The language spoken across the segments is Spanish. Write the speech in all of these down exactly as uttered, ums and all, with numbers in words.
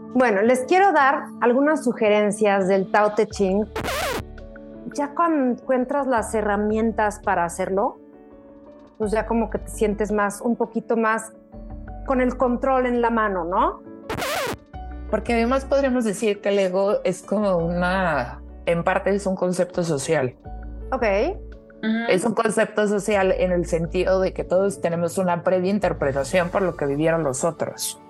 Bueno, les quiero dar algunas sugerencias del Tao Te Ching. Ya cuando encuentras las herramientas para hacerlo, pues ya como que te sientes más, un poquito más con el control en la mano, ¿no? Porque además podríamos decir que el ego es como una, en parte es un concepto social. Ok. Uh-huh. Es un concepto social en el sentido de que todos tenemos una previa interpretación por lo que vivieron los otros.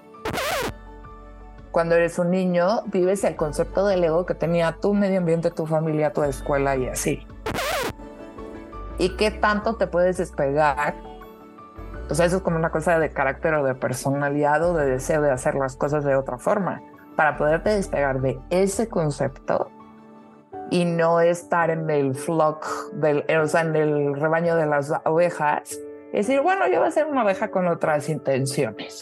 Cuando eres un niño, vives el concepto del ego que tenía tu medio ambiente, tu familia, tu escuela y así. ¿Y qué tanto te puedes despegar? O sea, eso es como una cosa de carácter o de personalidad o de deseo de hacer las cosas de otra forma. Para poderte despegar de ese concepto y no estar en el flock, del, o sea, en el rebaño de las ovejas. Es decir, bueno, yo voy a ser una oveja con otras intenciones.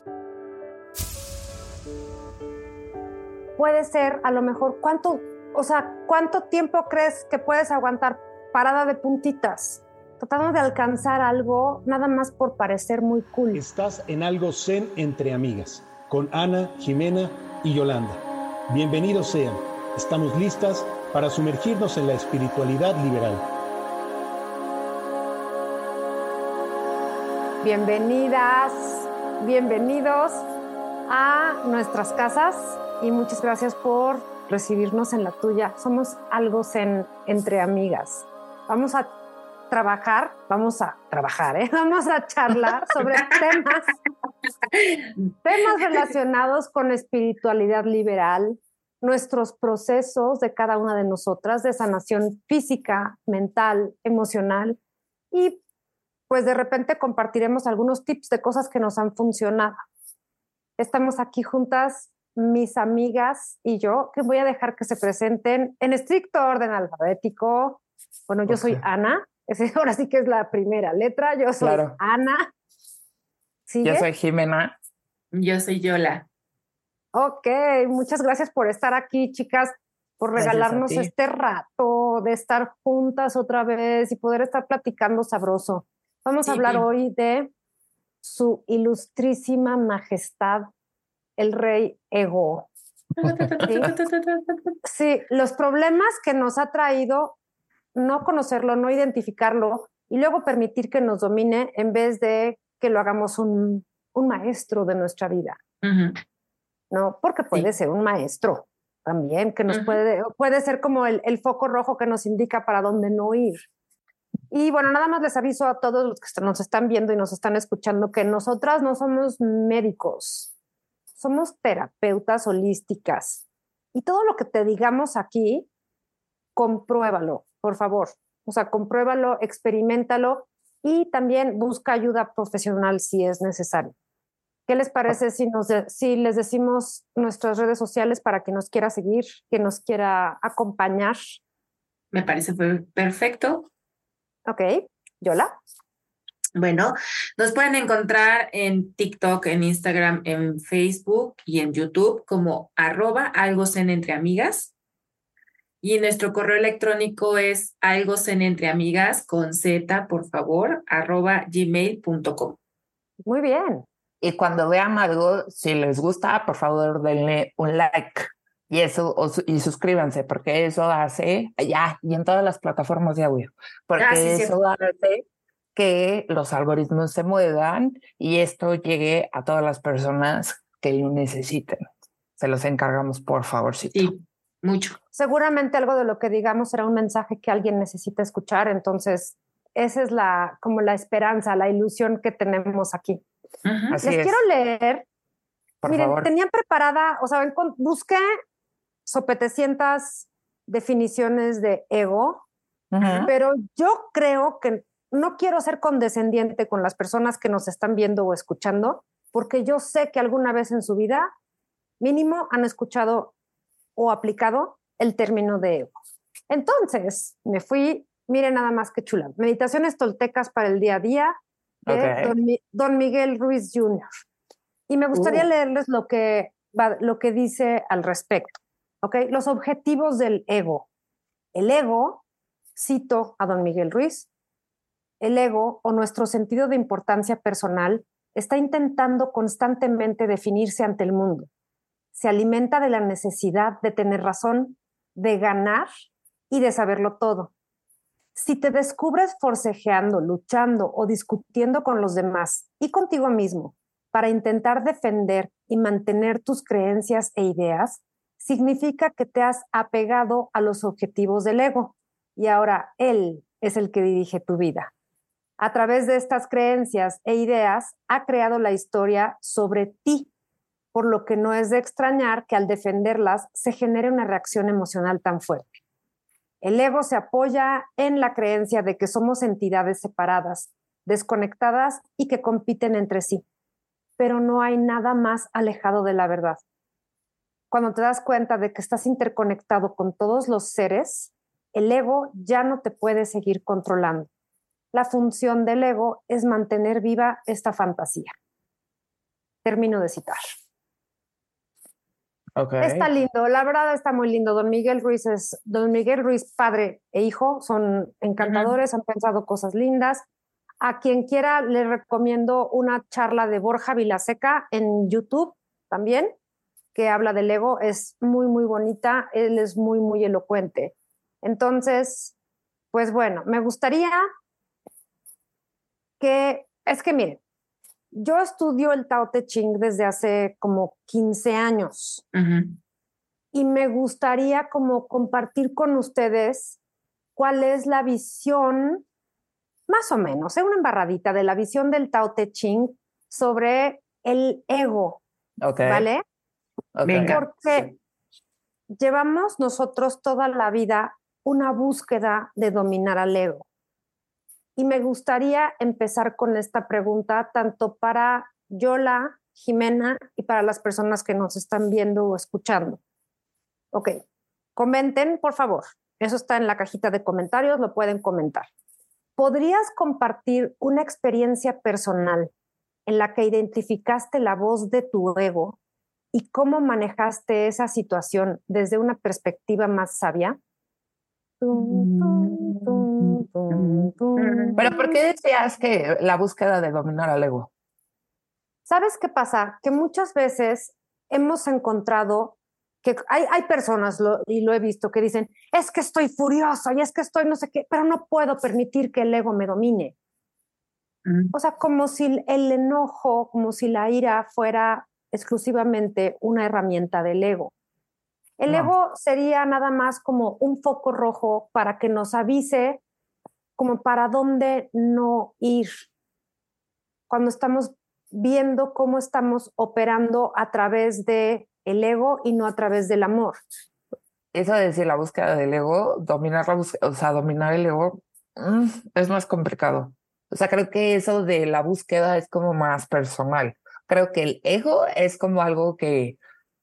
Puede ser, a lo mejor, ¿cuánto, o sea, cuánto tiempo crees que puedes aguantar parada de puntitas, tratando de alcanzar algo nada más por parecer muy cool? Estás en Algo Zen entre amigas, con Ana, Jimena y Yolanda. Bienvenidos sean. Estamos listas para sumergirnos en la espiritualidad liberal. Bienvenidas, bienvenidos a nuestras casas y muchas gracias por recibirnos en la tuya. Somos Algo Zen entre amigas. Vamos a trabajar, vamos a trabajar, ¿eh? Vamos a charlar sobre temas, temas relacionados con espiritualidad liberal, nuestros procesos de cada una de nosotras, de sanación física, mental, emocional, y pues de repente compartiremos algunos tips de cosas que nos han funcionado. Estamos aquí juntas, mis amigas y yo, que voy a dejar que se presenten en estricto orden alfabético. Bueno, yo okay. soy Ana, ahora sí que es la primera letra, yo soy claro. Ana. ¿Sigue? Yo soy Jimena. Yo soy Yola. Ok, muchas gracias por estar aquí, chicas, por regalarnos este rato de estar juntas otra vez y poder estar platicando sabroso. Vamos sí, a hablar sí. hoy de su ilustrísima majestad, el rey ego. ¿Sí? Sí, los problemas que nos ha traído no conocerlo, no identificarlo y luego permitir que nos domine en vez de que lo hagamos un, un maestro de nuestra vida. Uh-huh. ¿No? Porque puede sí. ser un maestro también, que nos uh-huh. puede, puede ser como el, el foco rojo que nos indica para dónde no ir. Y bueno, nada más les aviso a todos los que nos están viendo y nos están escuchando que nosotras no somos médicos, somos terapeutas holísticas. Y todo lo que te digamos aquí, compruébalo, por favor. O sea, compruébalo, experiméntalo y también busca ayuda profesional si es necesario. ¿Qué les parece si, nos de, si les decimos nuestras redes sociales para que nos quiera seguir, que nos quiera acompañar? Me parece perfecto. Ok, Yola. Bueno, nos pueden encontrar en TikTok, en Instagram, en Facebook y en YouTube como arroba algo zen entre amigas. Y nuestro correo electrónico es algo zen entre amigas con z, por favor, arroba gmail punto com. Muy bien. Y cuando vean algo, si les gusta, por favor, denle un like. Y eso, y suscríbanse, porque eso hace, ya, y en todas las plataformas de audio, porque ah, sí, eso sí. hace que los algoritmos se muevan y esto llegue a todas las personas que lo necesiten. Se los encargamos, por favorcito. Sí, mucho. Seguramente algo de lo que digamos será un mensaje que alguien necesita escuchar, entonces esa es la, como la esperanza, la ilusión que tenemos aquí. Uh-huh. Les es. quiero leer, por miren, favor. Tenía preparada, o sea, busqué sopetecientas definiciones de ego, uh-huh. pero yo creo que no quiero ser condescendiente con las personas que nos están viendo o escuchando, porque yo sé que alguna vez en su vida, mínimo, han escuchado o aplicado el término de ego. Entonces, me fui, miren nada más que chula, Meditaciones Toltecas para el día a día de okay. don, don Miguel Ruiz junior Y me gustaría uh. leerles lo que, lo que dice al respecto. ¿Okay? Los objetivos del ego. El ego, cito a don Miguel Ruiz, el ego o nuestro sentido de importancia personal está intentando constantemente definirse ante el mundo. se alimenta de la necesidad de tener razón, de ganar y de saberlo todo. Si te descubres forcejeando, luchando o discutiendo con los demás y contigo mismo para intentar defender y mantener tus creencias e ideas, significa que te has apegado a los objetivos del ego y ahora él es el que dirige tu vida. A través de estas creencias e ideas ha creado la historia sobre ti, por lo que no es de extrañar que al defenderlas se genere una reacción emocional tan fuerte. El ego se apoya en la creencia de que somos entidades separadas, desconectadas y que compiten entre sí, pero no hay nada más alejado de la verdad. Cuando te das cuenta de que estás interconectado con todos los seres, el ego ya no te puede seguir controlando. La función del ego es mantener viva esta fantasía. Termino de citar. Okay. Está lindo, la verdad está muy lindo. Don Miguel Ruiz es, Don Miguel Ruiz, padre e hijo, son encantadores, uh-huh. Han pensado cosas lindas. A quien quiera le recomiendo una charla de Borja Vilaseca en YouTube también, que habla del ego, es muy, muy bonita, él es muy, muy elocuente. Entonces, pues bueno, me gustaría que, es que miren, yo estudio el Tao Te Ching desde hace como quince años uh-huh. y me gustaría como compartir con ustedes cuál es la visión, más o menos, ¿eh? Una embarradita de la visión del Tao Te Ching sobre el ego, okay. ¿Vale? Okay. Porque llevamos nosotros toda la vida una búsqueda de dominar al ego. Y me gustaría empezar con esta pregunta tanto para Yola, Jimena y para las personas que nos están viendo o escuchando. Ok, comenten, por favor. Eso está en la cajita de comentarios, lo pueden comentar. ¿Podrías compartir una experiencia personal en la que identificaste la voz de tu ego y cómo manejaste esa situación desde una perspectiva más sabia? Pero ¿por qué decías que la búsqueda de dominar al ego? ¿Sabes qué pasa? Que muchas veces hemos encontrado que hay, hay personas, lo, y lo he visto, que dicen, es que estoy furioso y es que estoy no sé qué, pero no puedo permitir que el ego me domine. Mm. O sea, como si el enojo, como si la ira fuera exclusivamente una herramienta del ego. El no. ego sería nada más como un foco rojo para que nos avise como para dónde no ir. Cuando estamos viendo cómo estamos operando a través del ego y no a través del amor. Eso de decir la búsqueda del ego, dominar la búsqueda, o sea, dominar el ego mmm, es más complicado. O sea, creo que eso de la búsqueda es como más personal. Creo que el ego es como algo que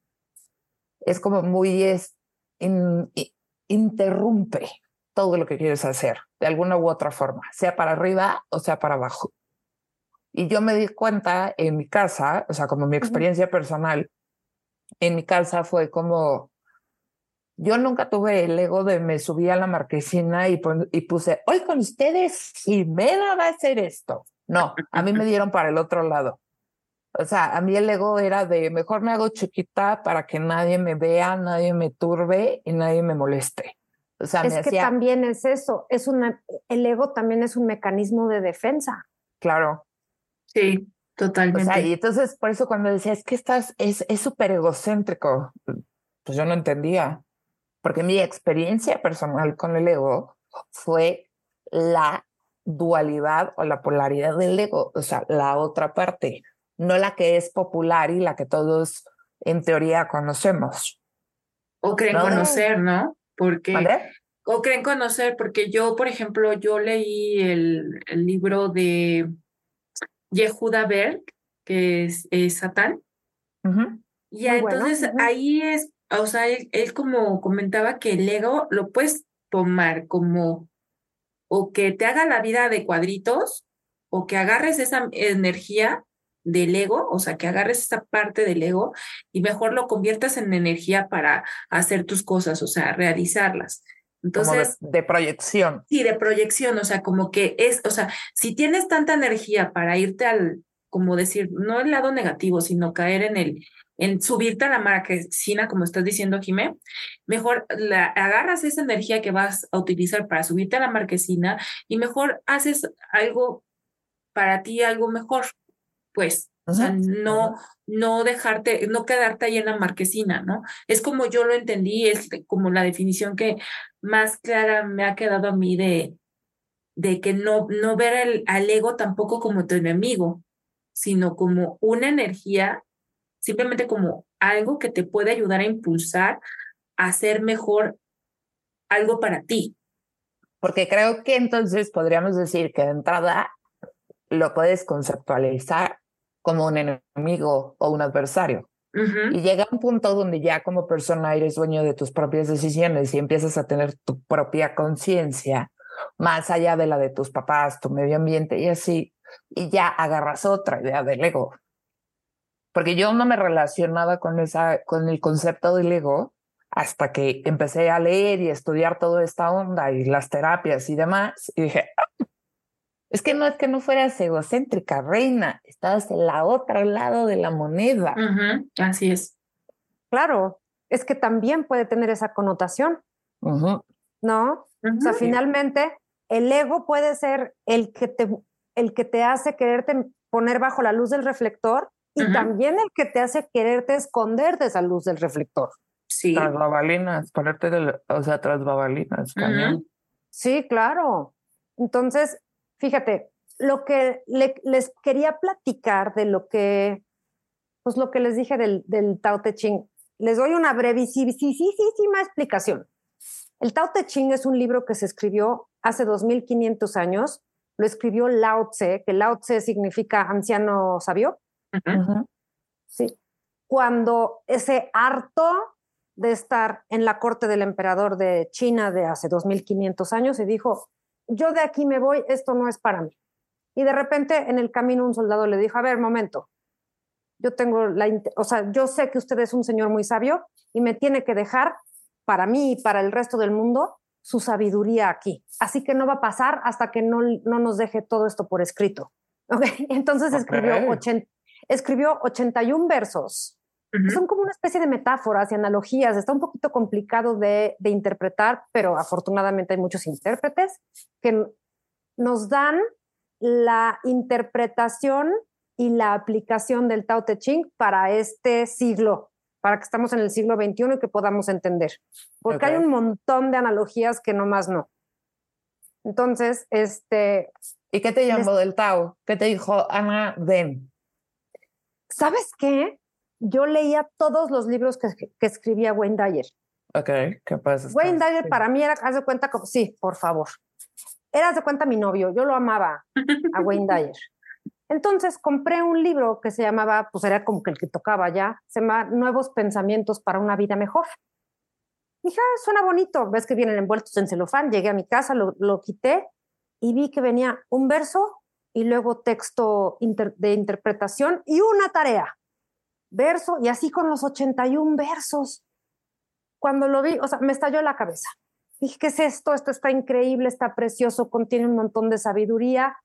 es como muy es, in, in, interrumpe todo lo que quieres hacer de alguna u otra forma, sea para arriba o sea para abajo. Y yo me di cuenta en mi casa, o sea, como mi experiencia uh-huh. personal, en mi casa fue como, yo nunca tuve el ego de me subí a la marquesina y, y puse, hoy con ustedes Jimena va a hacer esto. No, a mí me dieron para el otro lado. O sea, a mí el ego era de mejor me hago chiquita para que nadie me vea, nadie me turbe y nadie me moleste. O sea, es me que hacía... también es eso, es una, el ego también es un mecanismo de defensa. Claro. Sí, totalmente. O sea, y entonces por eso cuando decía, es que estás, es es súper egocéntrico, pues yo no entendía. Porque mi experiencia personal con el ego fue la dualidad o la polaridad del ego, o sea, la otra parte. No la que es popular y la que todos en teoría conocemos. O creen ¿no? conocer, ¿no? Porque, ¿Vale? O creen conocer, porque yo, por ejemplo, yo leí el, el libro de Yehuda Berg, que es, es Satán. Uh-huh. Y Muy entonces bueno. uh-huh. ahí es, o sea, él, él como comentaba que el ego lo puedes tomar como o que te haga la vida de cuadritos o que agarres esa energía del ego, o sea, que agarres esa parte del ego y mejor lo conviertas en energía para hacer tus cosas, o sea, realizarlas. Entonces, como de, de proyección. Sí, de proyección, o sea, como que es, o sea, si tienes tanta energía para irte al, como decir, no el lado negativo, sino caer en el, en subirte a la marquesina, como estás diciendo, Jimé, mejor la, agarras esa energía que vas a utilizar para subirte a la marquesina y mejor haces algo para ti, algo mejor, pues. O sea, no, no dejarte, no quedarte ahí en la marquesina, ¿no? Es como yo lo entendí, es como la definición que más clara me ha quedado a mí de, de que no, no ver el, al ego tampoco como tu enemigo, sino como una energía, simplemente como algo que te puede ayudar a impulsar a hacer mejor algo para ti. Porque creo que entonces podríamos decir que de entrada lo puedes conceptualizar como un enemigo o un adversario. Uh-huh. Y llega un punto donde ya como persona eres dueño de tus propias decisiones y empiezas a tener tu propia conciencia más allá de la de tus papás, tu medio ambiente y así, y ya agarras otra idea del ego. Porque yo no me relacionaba con, esa, con el concepto del ego hasta que empecé a leer y estudiar toda esta onda y las terapias y demás, y dije, ah, es que no es que no fueras egocéntrica, reina, estabas en la otra lado de la moneda. Uh-huh. Así es. Claro, es que también puede tener esa connotación, uh-huh. ¿no? Uh-huh. O sea, finalmente, el ego puede ser el que te, el que te hace quererte poner bajo la luz del reflector y uh-huh. también el que te hace quererte esconder de esa luz del reflector. Sí. Tras babalinas, ponerte, de, o sea, tras babalinas, uh-huh. cañón. Sí, claro. Entonces, fíjate, lo que le, les quería platicar de lo que, pues lo que les dije del, del Tao Te Ching, les doy una brevísima explicación. El Tao Te Ching es un libro que se escribió hace dos mil quinientos años, lo escribió Lao Tse, que Lao Tse significa anciano sabio. Uh-huh. Sí. Cuando ese harto de estar en la corte del emperador de China de hace dos mil quinientos años y dijo, yo de aquí me voy, esto no es para mí. Y de repente en el camino un soldado le dijo, a ver, momento, yo tengo la, o sea, yo sé que usted es un señor muy sabio y me tiene que dejar para mí y para el resto del mundo su sabiduría aquí. Así que no va a pasar hasta que no, no nos deje todo esto por escrito. ¿Okay? Entonces okay. escribió, ochenta, escribió ochenta y un versos. Uh-huh. Son como una especie de metáforas y analogías. Está un poquito complicado de, de interpretar, pero afortunadamente hay muchos intérpretes que nos dan la interpretación y la aplicación del Tao Te Ching para este siglo, para que estamos en el siglo veintiuno y que podamos entender. Porque okay. hay un montón de analogías que nomás no. Entonces, este... ¿Y qué te llamó les... del Tao? ¿Qué te dijo Ana Den? ¿Sabes qué? Yo leía todos los libros que, que escribía Wayne Dyer. Ok, ¿qué pasa? Wayne Dyer sí. para mí era, haz de cuenta, como, sí, por favor. Era, haz de cuenta, mi novio. Yo lo amaba a Wayne Dyer. Entonces compré un libro que se llamaba, pues era como que el que tocaba ya, se llama Nuevos Pensamientos para una Vida Mejor. Dije, ah, suena bonito, ves que vienen envueltos en celofán. Llegué a mi casa, lo, lo quité y vi que venía un verso y luego texto inter, de interpretación y una tarea. Verso, y así con los ochenta y un versos. Cuando lo vi, o sea, me estalló la cabeza. Dije, ¿qué es esto? Esto está increíble, está precioso, contiene un montón de sabiduría.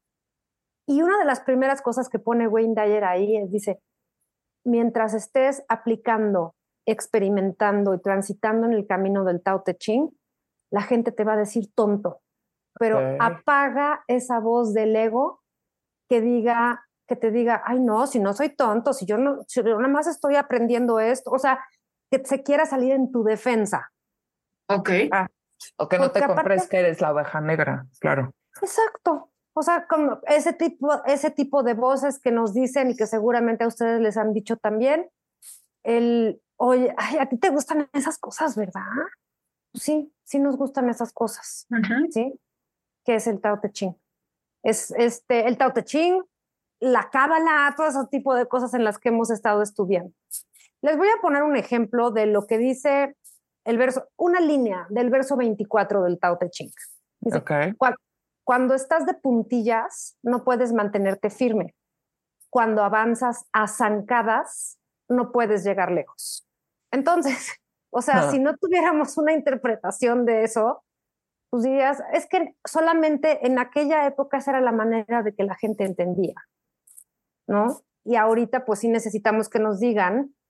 Y una de las primeras cosas que pone Wayne Dyer ahí es, dice, mientras estés aplicando, experimentando y transitando en el camino del Tao Te Ching, la gente te va a decir tonto, pero okay. apaga esa voz del ego que diga, que te diga, ay no, si no soy tonto, si yo no, si yo nada más estoy aprendiendo esto, o sea, que se quiera salir en tu defensa. Ok. Ah, o que no Porque te compres aparte, que eres la oveja negra, claro. Exacto. O sea, como ese tipo, ese tipo de voces que nos dicen y que seguramente a ustedes les han dicho también, el, oye, ay, a ti te gustan esas cosas, ¿verdad? Sí, sí nos gustan esas cosas, uh-huh. ¿sí? ¿Qué es el Tao Te Ching? Es este, el Tao Te Ching, la cábala, todo ese tipo de cosas en las que hemos estado estudiando. Les voy a poner un ejemplo de lo que dice el verso, una línea del verso veinticuatro del Tao Te Ching. Dice, okay. Cuando estás de puntillas, no puedes mantenerte firme. Cuando avanzas a zancadas, no puedes llegar lejos. Entonces, o sea, ah. si no tuviéramos una interpretación de eso, pues dirías, es que solamente en aquella época esa era la manera de que la gente entendía, ¿no? Y ahorita, pues sí necesitamos que nos digan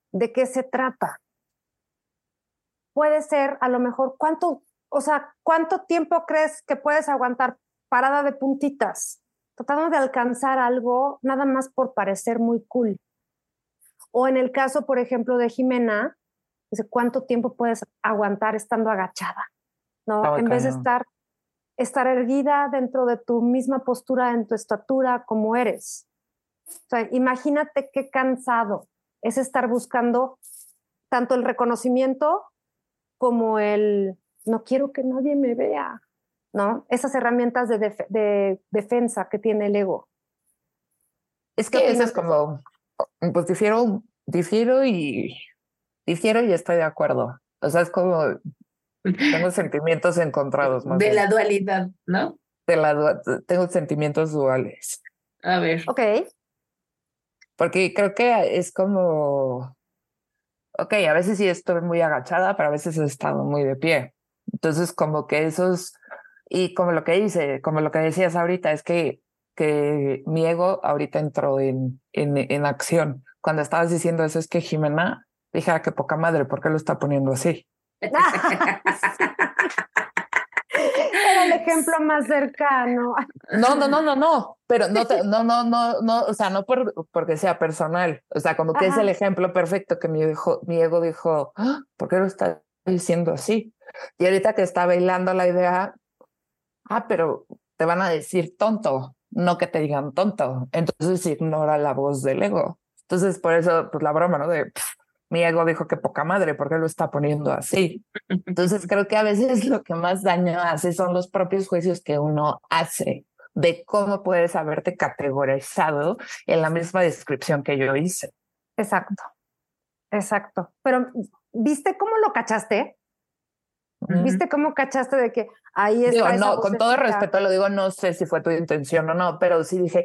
¿de qué se trata? Puede ser, a lo mejor, ¿cuánto, o sea, cuánto tiempo crees que puedes aguantar parada de puntitas, tratando de alcanzar algo nada más por parecer muy cool? O en el caso, por ejemplo, de Jimena, dice, ¿cuánto tiempo puedes aguantar estando agachada? ¿No? Oh, en cañón. vez de estar, estar erguida dentro de tu misma postura, en tu estatura, como eres. O sea, imagínate qué cansado es estar buscando tanto el reconocimiento como el no quiero que nadie me vea, ¿no? Esas herramientas de, def- de defensa que tiene el ego. Es ¿Qué que eso opinas es de eso? como, pues difiero, difiero y difiero y estoy de acuerdo. O sea, es como, tengo sentimientos encontrados más De bien. la dualidad, ¿no? De la, du- tengo sentimientos duales. A ver. Ok, Porque creo que es como, ok, a veces sí estoy muy agachada, pero a veces he estado muy de pie. Entonces, como que esos, y como lo que hice, como lo que decías ahorita, es que, que mi ego ahorita entró en, en, en acción. Cuando estabas diciendo eso, es que Jimena, dije, ah, qué poca madre, ¿por qué lo está poniendo así? era el ejemplo más cercano. No, no, no, no, no, pero no, te, no, no, no, no, o sea, no por, porque sea personal, o sea, como que es el Ajá. ejemplo perfecto que mi, hijo, mi ego dijo, "Ah, ¿por qué lo está diciendo así?" Y ahorita que está bailando la idea, ah, pero te van a decir tonto, no que te digan tonto, entonces ignora la voz del ego. Entonces, por eso, pues la broma, ¿no? De pff, mi ego dijo que poca madre, ¿por qué lo está poniendo así? Entonces, creo que a veces lo que más daño hace son los propios juicios que uno hace de cómo puedes haberte categorizado en la misma descripción que yo hice. Exacto, exacto. Pero, ¿viste cómo lo cachaste? Ujú. ¿Viste cómo cachaste de que ahí Digo, está esa no, con todo vocecita? respeto lo digo, no sé si fue tu intención o no, pero sí dije,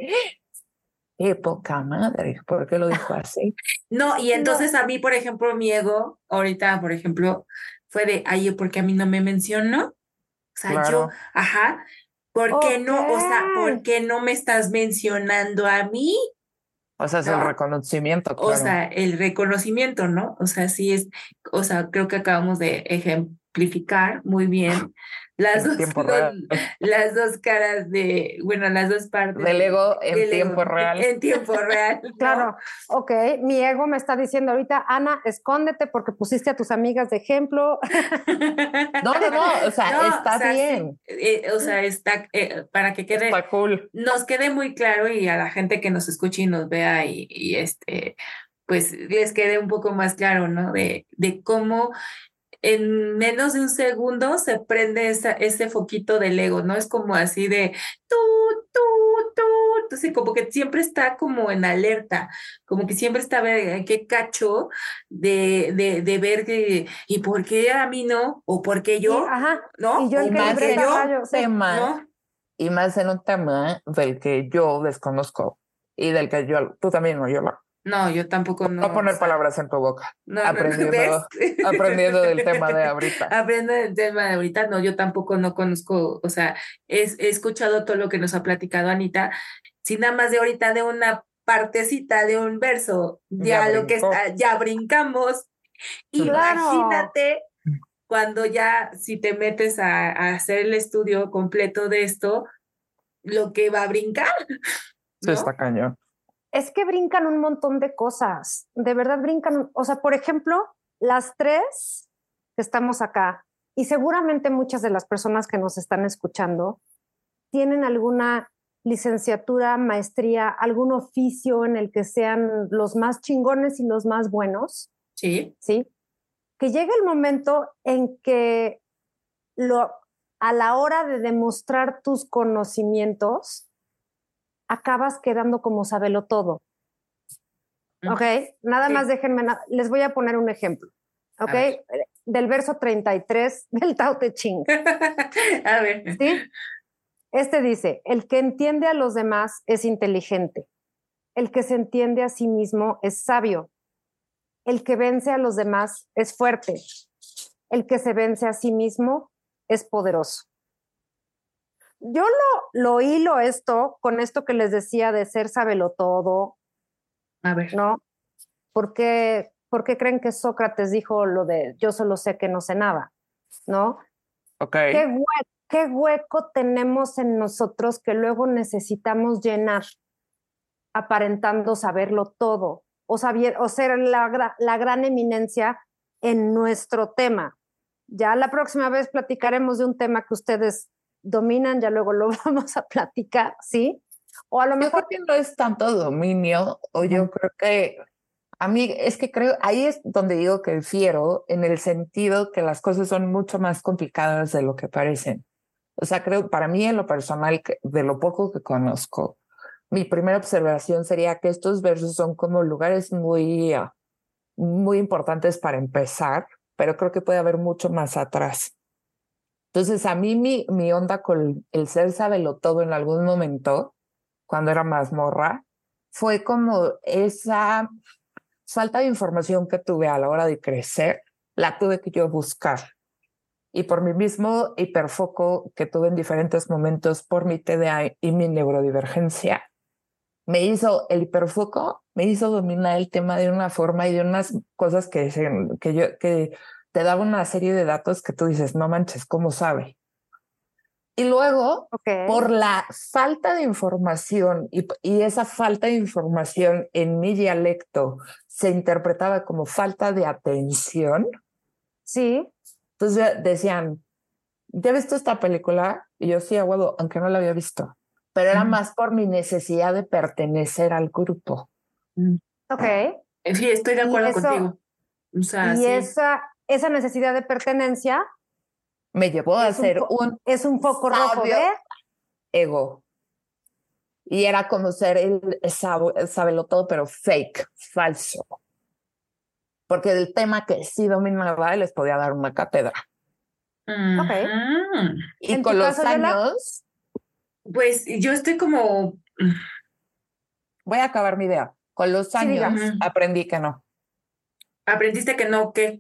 qué poca madre, ¿por qué lo dijo así? No, y entonces No. a mí, por ejemplo, mi ego, ahorita, por ejemplo, fue de, ay, ¿por qué a mí no me mencionó? O sea, yo, Claro, ajá, ¿por qué Ok. no? O sea, ¿por qué no me estás mencionando a mí? o sea, es el ¿No? reconocimiento, O claro, sea, el reconocimiento, ¿no? O sea, sí es, o sea, creo que acabamos de ejemplificar muy bien las en dos, tiempo los- real. las dos caras de, bueno, las dos partes Del de, ego en del ego tiempo real. en tiempo real, ¿no? Claro, ok. Mi ego me está diciendo ahorita, Ana, escóndete porque pusiste a tus amigas de ejemplo. No, no, no, o sea, No, o está sea, sí, bien, eh, o sea, está, eh, para que quede, está cool. nos quede muy claro y a la gente que nos escuche y nos vea y, y este, pues les quede un poco más claro, ¿no? De, de cómo en menos de un segundo se prende esa, ese foquito del ego, ¿no? Es como así de tú, tú, tú, entonces como que siempre está como en alerta, como que siempre está a ver qué cacho de, de, de ver que, ¿y por qué a mí no? ¿O por qué Y, yo? ajá, ¿No? y yo el Y ¿O que por más qué libreta en yo? un rayo, sí. tema, ¿No? y más en un tema del que yo desconozco y del que yo, tú también, no, yo no. No, yo tampoco Voy a no, o poner sea, palabras en tu boca, no, no, no, ¿ves? aprendiendo, aprendiendo del tema de ahorita. Aprendo del tema de ahorita, no, yo tampoco no conozco, o sea, he, he escuchado todo lo que nos ha platicado Anita, si nada más de ahorita de una partecita de un verso, Ya ya lo que brincó. está, ya brincamos, Claro. imagínate cuando ya, si te metes a, a hacer el estudio completo de esto, lo que va a brincar, Sí, está ¿no? cañón. Es que brincan un montón de cosas. De verdad brincan. O sea, por ejemplo, las tres que estamos acá, y seguramente muchas de las personas que nos están escuchando tienen alguna licenciatura, maestría, algún oficio en el que sean los más chingones y los más buenos, Sí, ¿sí? Que llegue el momento en que lo, a la hora de demostrar tus conocimientos, acabas quedando como sabelo todo. ¿Ok? Nada más sí, déjenme, les voy a poner un ejemplo. a ¿Ok? ver. Del verso treinta y tres del Tao Te Ching. A ver. ¿Sí? Este dice, el que entiende a los demás es inteligente. El que se entiende a sí mismo es sabio. El que vence a los demás es fuerte. El que se vence a sí mismo es poderoso. Yo lo, lo hilo esto con esto que les decía de ser sabelotodo, A ver. ¿no? Porque ¿por qué creen que Sócrates dijo lo de yo solo sé que no sé nada? ¿No? Okay. ¿Qué, hue- qué hueco tenemos en nosotros que luego necesitamos llenar aparentando saberlo todo o, saber, o ser la, la gran eminencia en nuestro tema? Ya la próxima vez platicaremos de un tema que ustedes dominan, ya luego lo vamos a platicar, ¿sí? O a lo mejor... Yo creo que no es tanto dominio, o uh-huh. yo creo que a mí es que creo, ahí es donde digo que difiero, en el sentido que las cosas son mucho más complicadas de lo que parecen. O sea, creo, para mí en lo personal, de lo poco que conozco, mi primera observación sería que estos versos son como lugares muy, uh, muy importantes para empezar, pero creo que puede haber mucho más atrás. Entonces, a mí mi, mi onda con el ser sábelo todo en algún momento, cuando era más morra, fue como esa falta de información que tuve a la hora de crecer, la tuve que yo buscar. Y por mi mismo hiperfoco que tuve en diferentes momentos por mi T D A y mi neurodivergencia, me hizo el hiperfoco, me hizo dominar el tema de una forma y de unas cosas que, que, yo, que te daba una serie de datos que tú dices, no manches, ¿cómo sabe? Y luego, okay. por la falta de información y, y esa falta de información en mi dialecto se interpretaba como falta de atención. Sí. Entonces decían, ¿ya has visto esta película? Y yo sí, aguado, aunque no la había visto. Pero era mm. más por mi necesidad de pertenecer al grupo. Mm. Ok. Sí, estoy de acuerdo eso, contigo. O sea, y sí. esa, esa necesidad de pertenencia me llevó a ser un, un es un foco rojo de ego. Y era como ser el, el sábelo todo, pero fake, falso. Porque el tema que sí dominaba les podía dar una cátedra. Uh-huh. Ok. Y con los caso, años... Pues yo estoy como... Voy a acabar mi idea. Con los años sí, aprendí que no. ¿Aprendiste que no qué?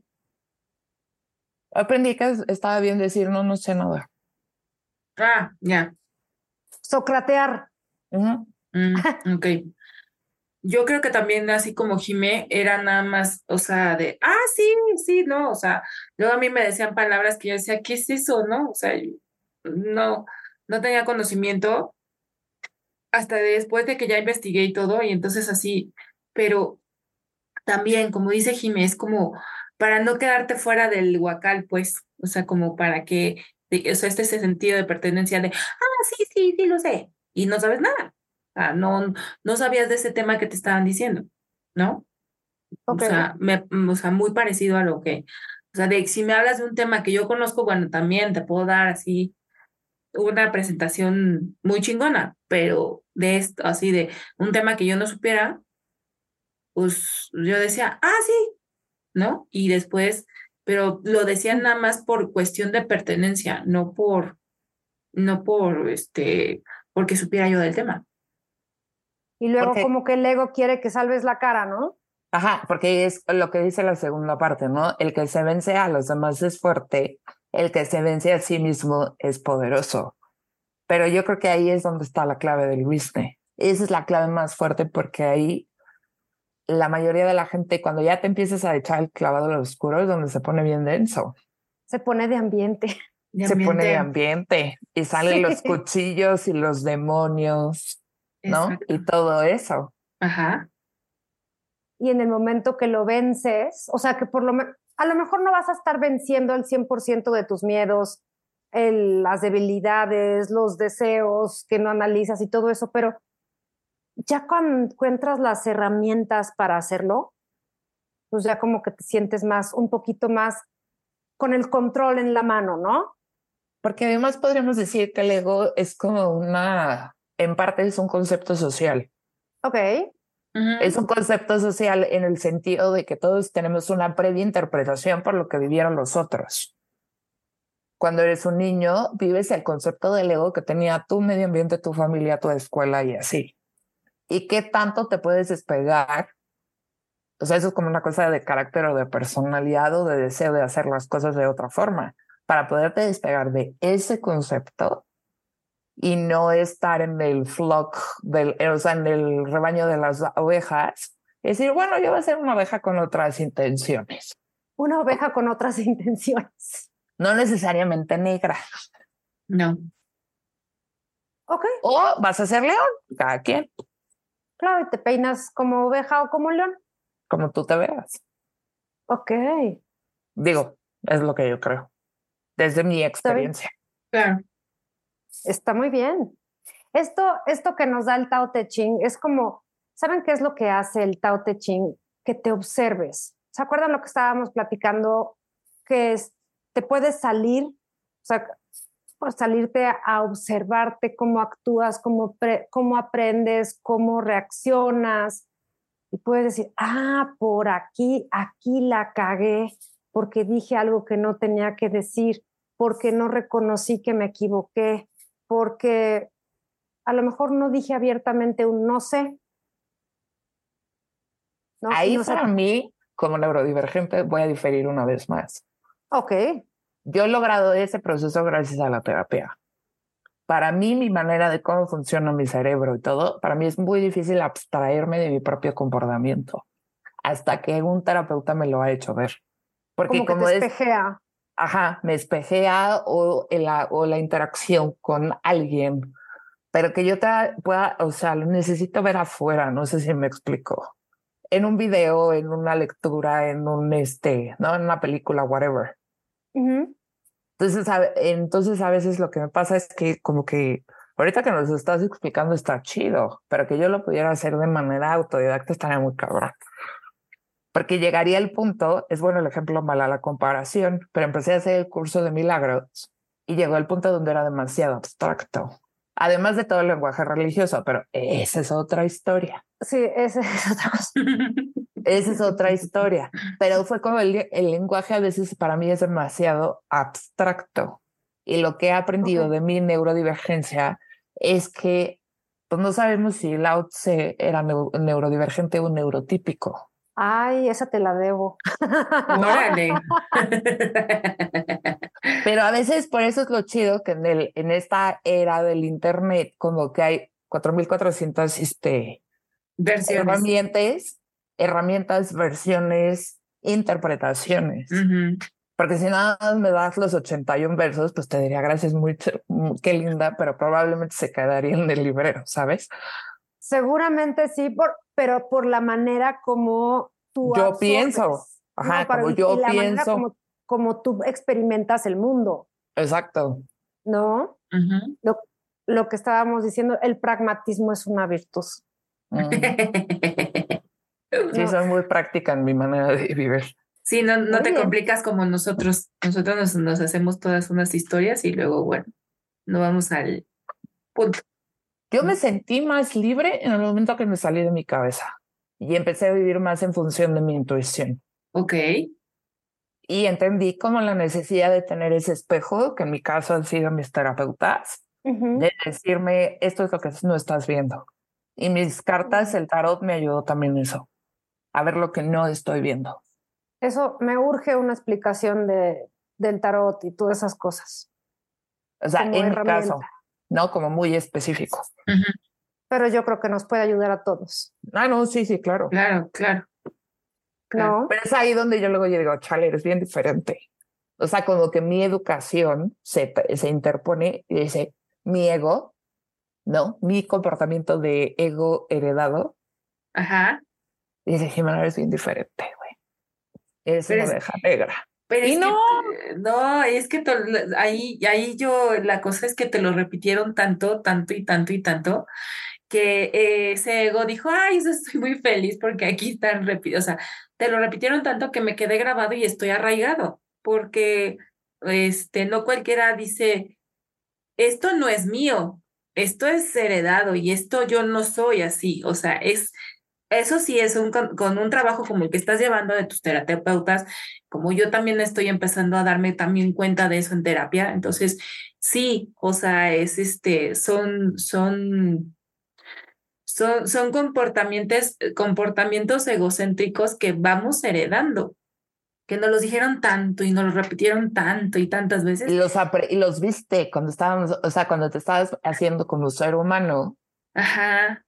Aprendí que estaba bien decir no, no sé nada. Ah, ya. Yeah. Socratear. Uh-huh. Mm, ok. Yo creo que también así como Jimé era nada más, o sea, de, ah, sí, sí, no, o sea, luego a mí me decían palabras que yo decía, ¿qué es eso, no? O sea, no, no tenía conocimiento hasta después de que ya investigué y todo, y entonces así, pero también, como dice Jimé, es como para no quedarte fuera del huacal, pues, o sea, como para que, o sea, este ese sentido de pertenencia de, ah, sí, sí, sí, lo sé, y no sabes nada. Ah, no, no sabías de ese tema que te estaban diciendo, ¿no? Okay. O sea, me, o sea, muy parecido a lo que, o sea, de si me hablas de un tema que yo conozco, bueno, también te puedo dar así una presentación muy chingona, pero de esto, así de un tema que yo no supiera, pues yo decía, ah, sí, ¿no? Y después, pero lo decían nada más por cuestión de pertenencia, no por, no por, este, porque supiera yo del tema. Y luego porque, como que el ego quiere que salves la cara, ¿no? Ajá, porque es lo que dice la segunda parte, ¿no? El que se vence a los demás es fuerte, el que se vence a sí mismo es poderoso. Pero yo creo que ahí es donde está la clave del business. Esa es la clave más fuerte porque ahí la mayoría de la gente, cuando ya te empiezas a echar el clavado al oscuro, es donde se pone bien denso. Se pone de ambiente. De se ambiente. pone de ambiente y salen sí. los cuchillos y los demonios. ¿No? Exacto. Y todo eso. Ajá. Y en el momento que lo vences, o sea, que por lo menos, a lo mejor no vas a estar venciendo el cien por ciento de tus miedos, el, las debilidades, los deseos que no analizas y todo eso, pero ya cuando encuentras las herramientas para hacerlo, pues ya como que te sientes más, un poquito más con el control en la mano, ¿no? Porque además podríamos decir que el ego es como una... En parte es un concepto social. Ok. Uh-huh. Es un concepto social en el sentido de que todos tenemos una previa interpretación por lo que vivieron los otros. Cuando eres un niño, vives el concepto del ego que tenía tu medio ambiente, tu familia, tu escuela y así. ¿Y qué tanto te puedes despegar? O sea, eso es como una cosa de carácter o de personalidad o de deseo de hacer las cosas de otra forma. Para poderte despegar de ese concepto y no estar en el flock, del, o sea, en el rebaño de las ovejas, y decir, bueno, yo voy a ser una oveja con otras intenciones. Una oveja con otras intenciones. No necesariamente negra. No. Ok. O vas a ser león, cada quien. Claro, y te peinas como oveja o como león. Como tú te veas. Ok. Digo, es lo que yo creo. Desde mi experiencia. Claro. Está muy bien. Esto, esto que nos da el Tao Te Ching es como, ¿saben qué es lo que hace el Tao Te Ching? Que te observes. ¿Se acuerdan lo que estábamos platicando? Que es, te puedes salir, o sea, por salirte a observarte cómo actúas, cómo, pre, cómo aprendes, cómo reaccionas. Y puedes decir, ah, por aquí, aquí la cagué, porque dije algo que no tenía que decir, porque no reconocí que me equivoqué, porque a lo mejor no dije abiertamente un no sé. ¿No? Ahí no para sé. mí, como neurodivergente, voy a diferir una vez más. Ok. Yo he logrado ese proceso gracias a la terapia. Para mí, mi manera de cómo funciona mi cerebro y todo, para mí es muy difícil abstraerme de mi propio comportamiento hasta que un terapeuta me lo ha hecho ver. Porque como que como te es, espejea. Ajá, me espejea o la, o la interacción con alguien, pero que yo te pueda, o sea, lo necesito ver afuera, no sé si me explico. En un video, en una lectura, en un este, ¿no? En una película, whatever. Uh-huh. Entonces, a, entonces a veces lo que me pasa es que como que ahorita que nos estás explicando está chido, pero que yo lo pudiera hacer de manera autodidacta estaría muy cabrón. Porque llegaría el punto, es bueno el ejemplo, mala la comparación, pero empecé a hacer el curso de milagros y llegó el punto donde era demasiado abstracto. Además de todo el lenguaje religioso, pero esa es otra historia. Sí, esa es otra cosa. Esa es otra historia. Pero fue como el, el lenguaje a veces para mí es demasiado abstracto. Y lo que he aprendido okay. de mi neurodivergencia es que pues no sabemos si Lao Tse era neu neurodivergente o neurotípico. Ay, esa te la debo. Órale. Pero a veces por eso es lo chido que en, el, en esta era del internet como que hay cuatro mil cuatrocientas este, versiones. herramientas, herramientas, versiones, interpretaciones. Uh-huh. Porque si nada más me das los ochenta y un versos, pues te diría gracias, muy, qué linda, pero probablemente se quedaría en el librero, ¿sabes? Seguramente sí, por, pero por la manera como tú yo absorbes, pienso, ajá, no, para, como y, yo y la pienso, manera como, como tú experimentas el mundo. Exacto. ¿No? Uh-huh. Lo, lo que estábamos diciendo, el pragmatismo es una virtud. Mm. Sí, no. Soy muy práctica en mi manera de vivir. Sí, no, no te bien. complicas como nosotros. Nosotros nos, nos hacemos todas unas historias y luego, bueno, no vamos al punto. Yo me sentí más libre en el momento que me salí de mi cabeza y empecé a vivir más en función de mi intuición. Ok. Y entendí como la necesidad de tener ese espejo, que en mi caso han sido mis terapeutas, uh-huh. de decirme, esto es lo que no estás viendo. Y mis cartas, uh-huh. el tarot me ayudó también eso, a ver lo que no estoy viendo. Eso me urge una explicación de, del tarot y todas esas cosas. O sea, como en herramienta. Mi caso, ¿no? Como muy específico. Uh-huh. Pero yo creo que nos puede ayudar a todos. Ah, no, sí, sí, claro. Claro, claro. claro. No. Pero es ahí donde yo luego yo digo, chale, eres bien diferente. O sea, como que mi educación se, se interpone y dice, mi ego, ¿no? Mi comportamiento de ego heredado. Ajá. Y dice, Jimena, eres bien diferente, güey. Eres pero una oveja negra. Pero y es no. Que, no, es que to, ahí, ahí yo, la cosa es que te lo repitieron tanto, tanto y tanto y tanto, que eh, ese ego dijo, ay, eso estoy muy feliz porque aquí están repitiendo, o sea, te lo repitieron tanto que me quedé grabado y estoy arraigado, porque este, no cualquiera dice, esto no es mío, esto es heredado y esto yo no soy así, o sea, es... Eso sí es un, con, con un trabajo como el que estás llevando de tus terapeutas, como yo también estoy empezando a darme también cuenta de eso en terapia, entonces sí, o sea, es este, son, son, son, son comportamientos, comportamientos egocéntricos que vamos heredando, que nos los dijeron tanto y nos los repitieron tanto y tantas veces. Y los, y los viste cuando estábamos, o sea, cuando te estabas haciendo como ser humano. Ajá.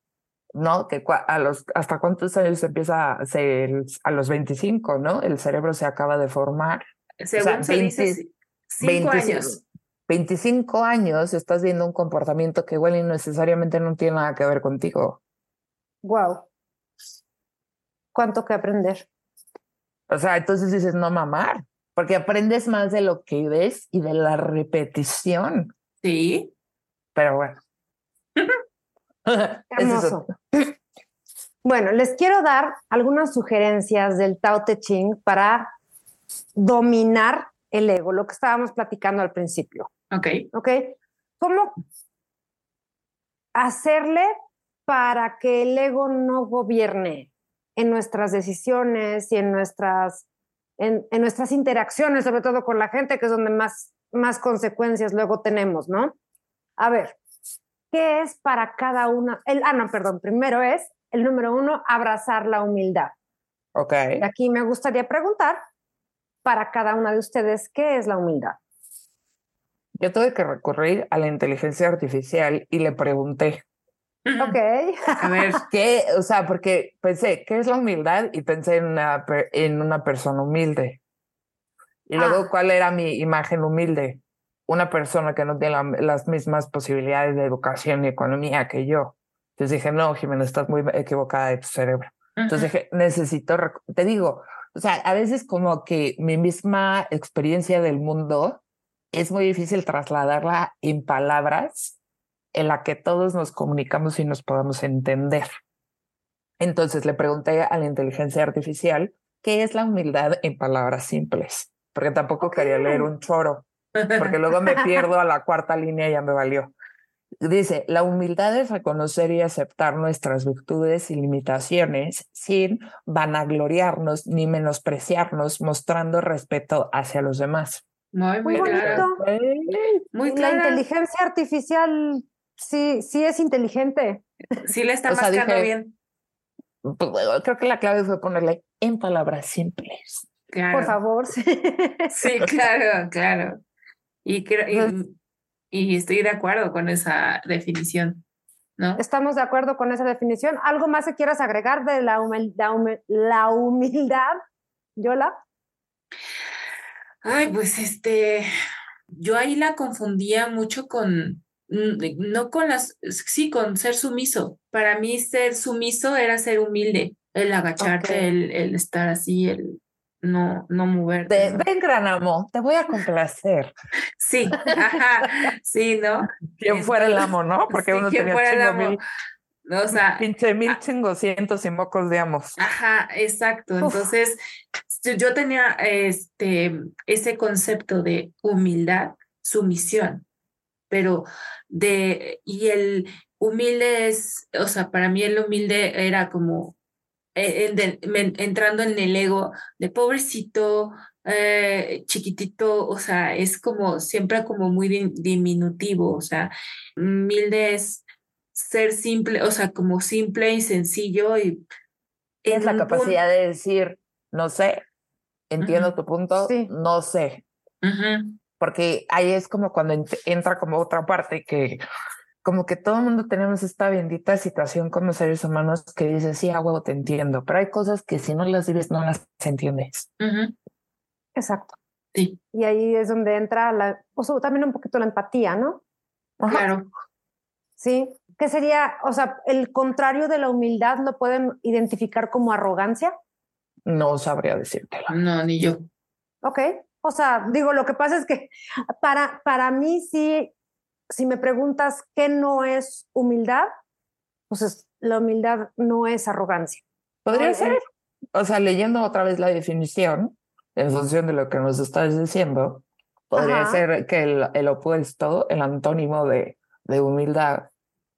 ¿no? Que a los, ¿hasta cuántos años empieza a ser? A los veinticinco, ¿no? El cerebro se acaba de formar. Según o sea, se veinte, dice, cinco veinticinco, años. veinticinco años estás viendo un comportamiento que igual y necesariamente no tiene nada que ver contigo. Wow. ¿Cuánto que aprender? O sea, entonces dices, no mamar, porque aprendes más de lo que ves y de la repetición. Sí. Pero bueno. Hermoso. Bueno, les quiero dar algunas sugerencias del Tao Te Ching para dominar el ego, lo que estábamos platicando al principio. Ok. Ok. ¿Cómo hacerle para que el ego no gobierne en nuestras decisiones y en nuestras, en, en nuestras interacciones, sobre todo con la gente, que es donde más, más consecuencias luego tenemos, ¿no? A ver, ¿qué es para cada una? El, ah, no, perdón. Primero es, el número uno, abrazar la humildad. Ok. Y aquí me gustaría preguntar para cada una de ustedes, ¿qué es la humildad? Yo tuve que recurrir a la inteligencia artificial y le pregunté. Ok. A ver. ¿Qué? O sea, porque pensé, ¿qué es la humildad? Y pensé en una, en una persona humilde. Y luego, ah. ¿cuál era mi imagen humilde? Una persona que no tiene la, las mismas posibilidades de educación y economía que yo. Entonces dije, no, Jimena, estás muy equivocada de tu cerebro. Uh-huh. Entonces dije, necesito, te digo, o sea, a veces como que mi misma experiencia del mundo es muy difícil trasladarla en palabras en la que todos nos comunicamos y nos podamos entender. Entonces le pregunté a la inteligencia artificial qué es la humildad en palabras simples, porque tampoco okay. quería leer un choro, porque luego me pierdo a la cuarta línea y ya me valió. Dice, la humildad es reconocer y aceptar nuestras virtudes y limitaciones sin vanagloriarnos ni menospreciarnos, mostrando respeto hacia los demás. Muy, muy, muy claro. Muy claro. La inteligencia artificial sí, sí es inteligente. Sí le está mascando dije, bien. Creo que la clave fue ponerle en palabras simples. Claro. Por favor. Sí, sí claro, claro. Y, creo, y, y estoy de acuerdo con esa definición, ¿no? Estamos de acuerdo con esa definición. ¿Algo más que quieras agregar de la humildad, la humildad, Yola? Ay, pues este, yo ahí la confundía mucho con, no con las, sí, con ser sumiso. Para mí ser sumiso era ser humilde, el agacharte, okay. el, el estar así, el no, no moverte. De, ¿no? Ven, gran amo, te voy a complacer. Sí, ajá, sí, ¿no? Quien fuera el amo, ¿no? Porque sí, uno quien tenía fuera chingo el amo. mil, no, o sea, pinche mil a, chingocientos y mocos de amos. Ajá, exacto. Uf. Entonces, yo tenía este, ese concepto de humildad, sumisión, pero de, y el humilde es, o sea, para mí el humilde era como el de, me, entrando en el ego de pobrecito, eh, chiquitito, o sea, es como siempre como muy di, diminutivo, o sea, humilde es ser simple, o sea, como simple y sencillo y es la capacidad punto... de decir, no sé, entiendo uh-huh. tu punto, sí. no sé. Uh-huh. Porque ahí es como cuando ent- entra como otra parte que como que todo el mundo tenemos esta bendita situación como seres humanos que dices, sí, a huevo te entiendo, pero hay cosas que si no las vives no las entiendes. Uh-huh. Exacto. Sí. Y ahí es donde entra la, o sea, también un poquito la empatía, ¿no? Ajá. Claro. Sí. ¿Qué sería, o sea, el contrario de la humildad lo pueden identificar como arrogancia? No sabría decírtelo. No, ni yo. Ok. O sea, digo, lo que pasa es que para, para mí sí, si me preguntas qué no es humildad, pues es, la humildad no es arrogancia. Podría ¿no? ser. El, o sea, leyendo otra vez la definición, en función de lo que nos estás diciendo, podría Ajá. ser que el, el opuesto, el antónimo de, de humildad,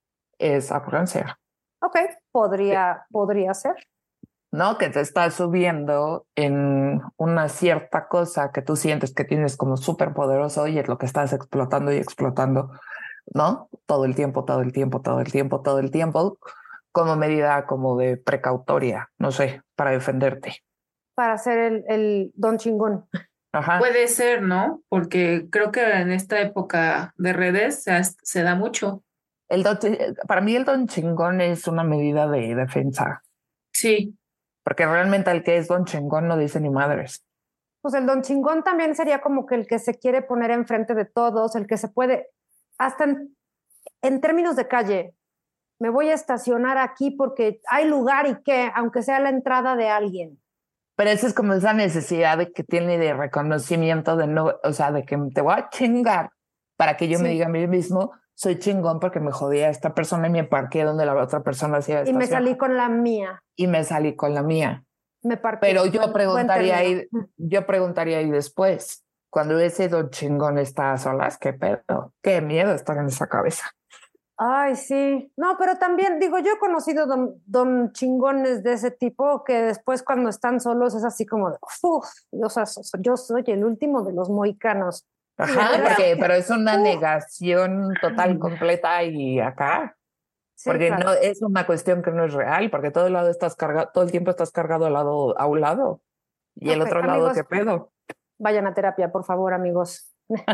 es arrogancia. Ok, podría, sí. podría ser. ¿No? Que te estás subiendo en una cierta cosa que tú sientes que tienes como súper poderoso y es lo que estás explotando y explotando, ¿no? Todo el tiempo, todo el tiempo, todo el tiempo, todo el tiempo, como medida como de precautoria, no sé, para defenderte. Para ser el, el don chingón. Ajá. Puede ser, ¿no? Porque creo que en esta época de redes se, se da mucho. El don, para mí el don chingón es una medida de defensa. Sí. Porque realmente el que es don chingón no dice ni madres. Pues el don chingón también sería como que el que se quiere poner enfrente de todos, el que se puede, hasta en, en términos de calle, me voy a estacionar aquí porque hay lugar y que, aunque sea la entrada de alguien. Pero esa es como esa necesidad de que tiene de reconocimiento, de no, o sea, de que te voy a chingar para que yo sí. me diga a mí mismo, soy chingón porque me jodía a esta persona y me parqué donde la otra persona se iba a estacionar. Y me salí con la mía. Y me salí con la mía. Me parqué. Pero yo buen, preguntaría buen ahí, yo preguntaría ahí después, cuando ese don chingón está a solas, ¿qué pedo? Qué miedo estar en esa cabeza. Ay, sí. No, pero también, digo, yo he conocido don, don chingones de ese tipo que después cuando están solos es así como de, uff, o sea, yo soy el último de los mohicanos. Ajá, porque, pero es una uf. negación total, completa y acá. Sí, porque claro. no es una cuestión que no es real, porque todo el lado estás cargado, todo el tiempo estás cargado al lado, a un lado. Y okay, el otro lado, amigos, ¿qué pedo? Vayan a terapia, por favor, amigos.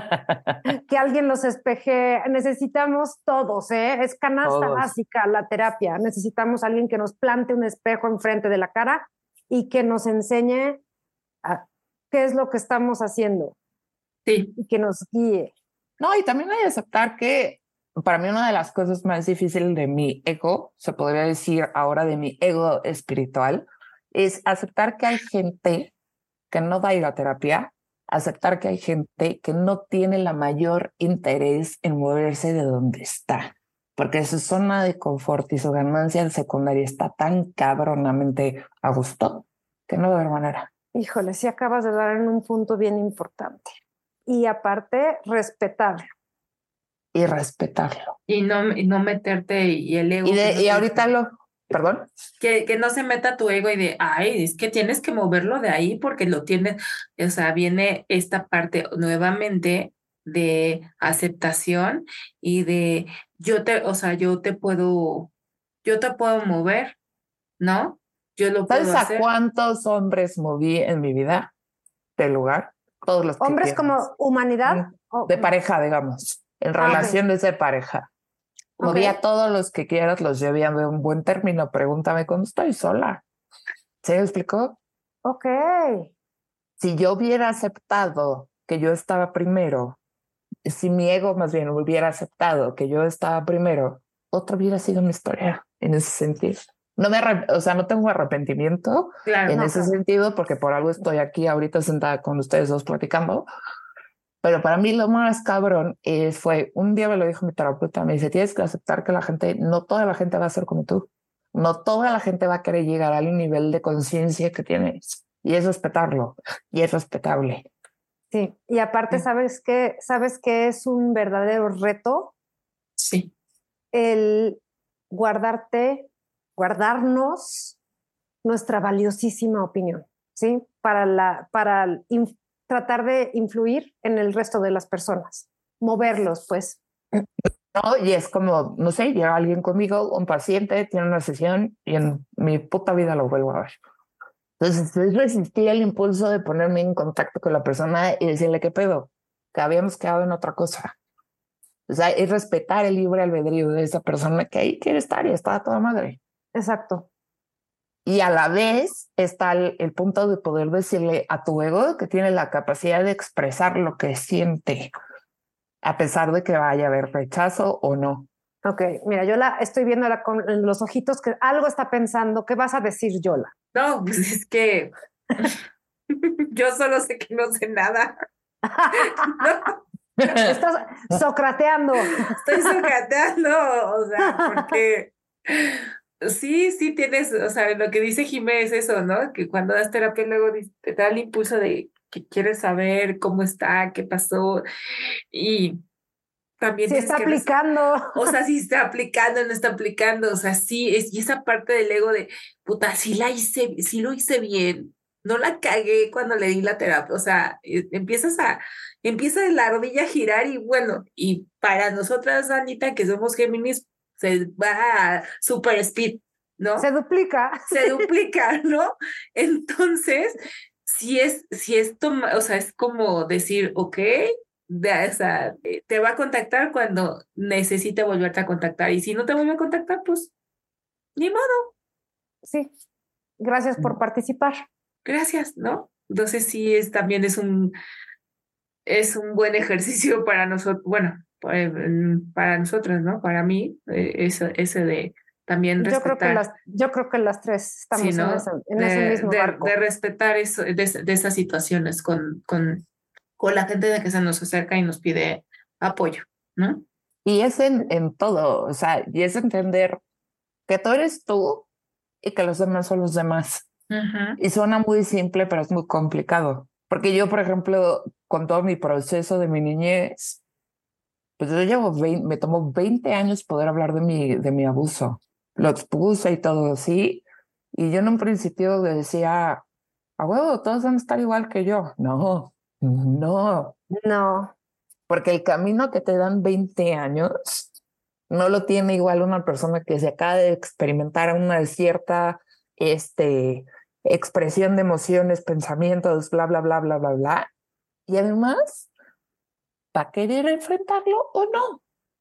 Que alguien los espeje. Necesitamos todos, ¿eh? Es canasta todos. Básica la terapia. Necesitamos a alguien que nos plante un espejo enfrente de la cara y que nos enseñe a qué es lo que estamos haciendo. Sí. Y que nos guíe. No, y también hay que aceptar que para mí una de las cosas más difíciles de mi ego, se podría decir ahora de mi ego espiritual, es aceptar que hay gente que no va a ir a terapia, aceptar que hay gente que no tiene la mayor interés en moverse de donde está, porque su zona de confort y su ganancia secundaria está tan cabronamente a gusto que no va a haber manera. Híjole, sí acabas de dar en un punto bien importante. Y aparte, respetarlo. Y respetarlo. Y no, y no meterte y el ego. Y, de, no y ahorita lo... Perdón. Que, que no se meta tu ego y de, ay, es que tienes que moverlo de ahí porque lo tienes, o sea, viene esta parte nuevamente de aceptación y de, yo te, o sea, yo te puedo, yo te puedo mover, ¿no? Yo lo puedo ¿Sabes hacer. a cuántos hombres moví en mi vida de lugar? Todos los que ¿Hombres quieras. como humanidad? De pareja, digamos, en ah, relaciones okay. de pareja. Okay. Moví a todos los que quieras, los llevé de un buen término. Pregúntame cómo estoy sola. ¿Se me explicó? Ok. Si yo hubiera aceptado que yo estaba primero, si mi ego más bien hubiera aceptado que yo estaba primero, otra hubiera sido mi historia en ese sentido. No me, o sea, no tengo arrepentimiento claro, en no, ese claro. sentido, porque por algo estoy aquí ahorita sentada con ustedes dos platicando. Pero para mí lo más cabrón es, fue, un día me lo dijo mi terapeuta, me dice, tienes que aceptar que la gente, no toda la gente va a ser como tú. No toda la gente va a querer llegar al nivel de conciencia que tienes. Y es respetarlo. Y es respetable. Sí. Y aparte, sí. ¿sabes qué? ¿Sabes qué es un verdadero reto? Sí. El guardarte, guardarnos nuestra valiosísima opinión, ¿sí? Para la, para tratar de influir en el resto de las personas, moverlos, pues. No, y es como, no sé, llega alguien conmigo, un paciente, tiene una sesión y en mi puta vida lo vuelvo a ver. Entonces, es resistir el impulso de ponerme en contacto con la persona y decirle qué pedo, que habíamos quedado en otra cosa. O sea, es respetar el libre albedrío de esa persona que ahí quiere estar y está a toda madre. Exacto. Y a la vez está el, el punto de poder decirle a tu ego que tiene la capacidad de expresar lo que siente, a pesar de que vaya a haber rechazo o no. Ok, mira, yo la estoy viendo la, con los ojitos que algo está pensando. ¿Qué vas a decir, Yola? No, pues es que yo solo sé que no sé nada. No. Estás socrateando. Estoy socrateando, o sea, porque... Sí, sí tienes, o sea, lo que dice Jimé es eso, ¿no? Que cuando das terapia luego te da el impulso de que quieres saber cómo está, qué pasó y también si está aplicando. O sea, si está aplicando, no está aplicando, o sea, sí, es, y esa parte del ego de, puta, sí la hice, sí lo hice bien, no la cagué cuando le di la terapia, o sea, empiezas a, empieza la rodilla a girar y bueno, y para nosotras, Anita, que somos Géminis, se va a super speed, ¿no? Se duplica. Se duplica, ¿no? Entonces, si es, si es toma, o sea, es como decir, ok, de, o sea, te va a contactar cuando necesite volverte a contactar. Y si no te vuelve a contactar, pues ni modo. Sí, gracias por participar. Gracias, ¿no? Entonces sí, es, también es un, es un buen ejercicio para nosotros, bueno, para nosotros, ¿no? Para mí, eso, ese de también respetar. Yo creo que las, yo creo que las tres estamos sí, ¿no? en, ese, en de, ese mismo de, barco. De respetar eso, de, de esas situaciones con, con, con la gente de que se nos acerca y nos pide apoyo, ¿no? Y es en, en todo, o sea, y es entender que tú eres tú y que los demás son los demás. Uh-huh. Y suena muy simple, pero es muy complicado. Porque yo, por ejemplo, con todo mi proceso de mi niñez, pues yo llevo veinte, me tomó veinte años poder hablar de mi, de mi abuso. Lo expuse y todo así. Y yo en un principio decía, a huevo, todos van a estar igual que yo. No, no. No. Porque el camino que te dan veinte años no lo tiene igual una persona que se acaba de experimentar una cierta este, expresión de emociones, pensamientos, bla, bla, bla, bla, bla, bla. Y además, ¿va a querer enfrentarlo o no?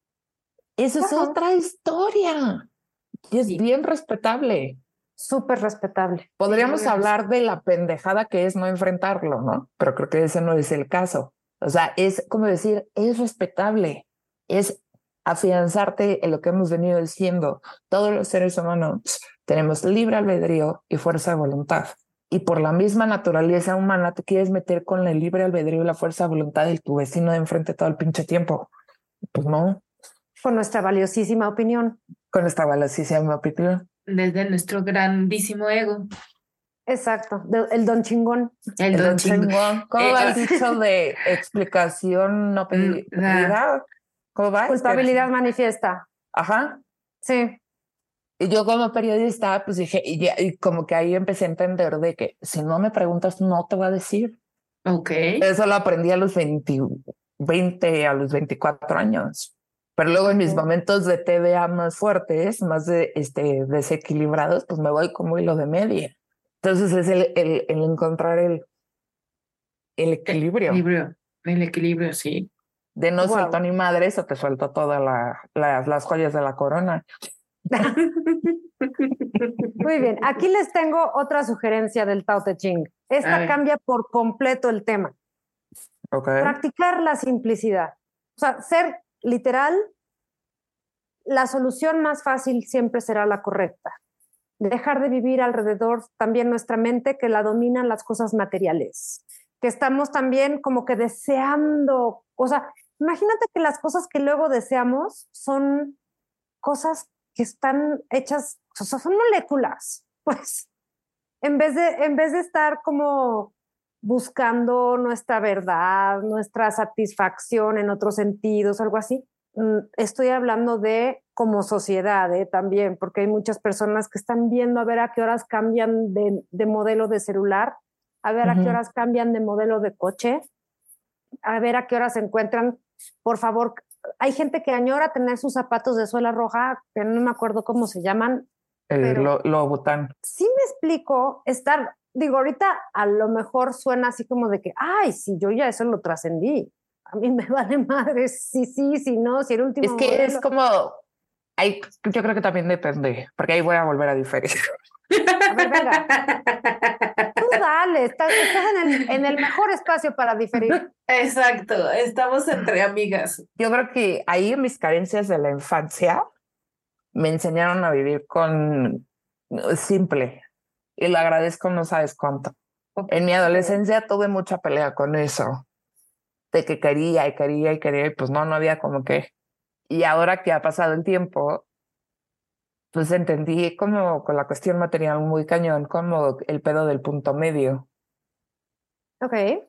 Eso es uh-huh. otra historia. Y es sí. bien respetable. Súper respetable. Podríamos sí, hablar de la pendejada que es no enfrentarlo, ¿no? Pero creo que ese no es el caso. O sea, es como decir, es respetable. Es afianzarte en lo que hemos venido diciendo. Todos los seres humanos tenemos libre albedrío y fuerza de voluntad. Y por la misma naturaleza humana te quieres meter con el libre albedrío y la fuerza de voluntad de tu vecino de enfrente todo el pinche tiempo. Pues no. Con nuestra valiosísima opinión. Con nuestra valiosísima opinión. Desde nuestro grandísimo ego. Exacto, el don chingón. El, el don, don chingón. chingón. ¿Cómo eh, va el dicho de explicación no pedida? ¿Cómo va? Culpabilidad manifiesta. Ajá. Sí. Y yo como periodista, pues dije, y, ya, y como que ahí empecé a entender de que si no me preguntas, no te voy a decir. Ok. Eso lo aprendí a los veinte, veinte a los veinticuatro años. Pero luego en mis okay. momentos de T D A más fuertes, más de, este, desequilibrados, pues me voy como hilo de media. Entonces es el, el, el encontrar el, el equilibrio. El equilibrio, el equilibrio, sí. De no wow. suelto ni madres o te suelto todas la, la, las joyas de la corona. Muy bien, aquí les tengo otra sugerencia del Tao Te Ching. Esta cambia por completo el tema. Okay. Practicar la simplicidad. O sea, ser literal, la solución más fácil siempre será la correcta. Dejar de vivir alrededor también nuestra mente que la dominan las cosas materiales. Que estamos también como que deseando, o sea, imagínate que las cosas que luego deseamos son cosas que están hechas, o sea, son moléculas, pues, en vez de, en vez de estar como buscando nuestra verdad, nuestra satisfacción en otros sentidos, algo así. Estoy hablando de como sociedad ¿eh? también, porque hay muchas personas que están viendo a ver a qué horas cambian de, de modelo de celular, a ver uh-huh. a qué horas cambian de modelo de coche, a ver a qué horas se encuentran, por favor. Hay gente que añora tener sus zapatos de suela roja, que no me acuerdo cómo se llaman. El pero lo, lo botán. Sí me explico, estar, digo, ahorita a lo mejor suena así como de que, ay, sí, yo ya eso lo trascendí. A mí me vale madre, sí, sí, sí, no, si el último Es que modelo. Es como, hay, yo creo que también depende, porque ahí voy a volver a diferir. A ver, venga. Tú dale, estás, estás en, el, en el mejor espacio para diferir. Exacto, estamos entre amigas. Yo creo que ahí mis carencias de la infancia me enseñaron a vivir con simple y lo agradezco no sabes cuánto. En mi adolescencia tuve mucha pelea con eso, de que quería y quería y quería y pues no, no había como que. Y ahora que ha pasado el tiempo, pues entendí como con la cuestión material muy cañón, como el pedo del punto medio. Ok.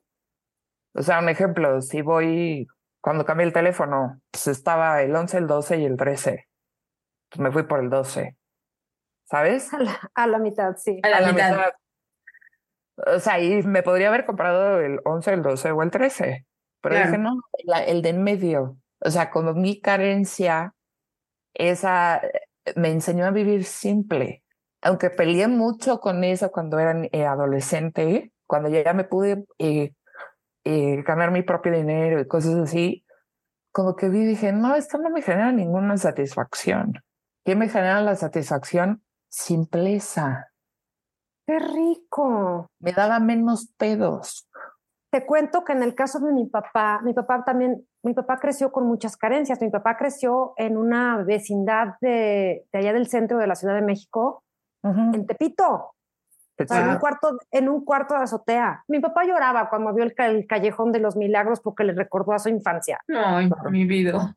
O sea, un ejemplo, si voy, cuando cambié el teléfono, pues estaba el once, el doce y el trece. Pues me fui por el doce, ¿sabes? A la, a la mitad, sí. A la, a la mitad. mitad. O sea, y me podría haber comprado el once, el doce o el trece. Pero claro. dije, no, la, el de en medio. O sea, como mi carencia, esa me enseñó a vivir simple. Aunque peleé mucho con eso cuando era eh, adolescente, cuando ya me pude eh, eh, ganar mi propio dinero y cosas así, como que vi y dije, no, esto no me genera ninguna satisfacción. ¿Qué me genera la satisfacción? Simpleza. ¡Qué rico! Me daba menos pedos. Te cuento que en el caso de mi papá, mi papá también, mi papá creció con muchas carencias. Mi papá creció en una vecindad de, de allá del centro de la Ciudad de México, uh-huh. en Tepito. O sea, en, un cuarto, en un cuarto de azotea. Mi papá lloraba cuando vio el, el Callejón de los Milagros porque le recordó a su infancia. Ay, mi vida.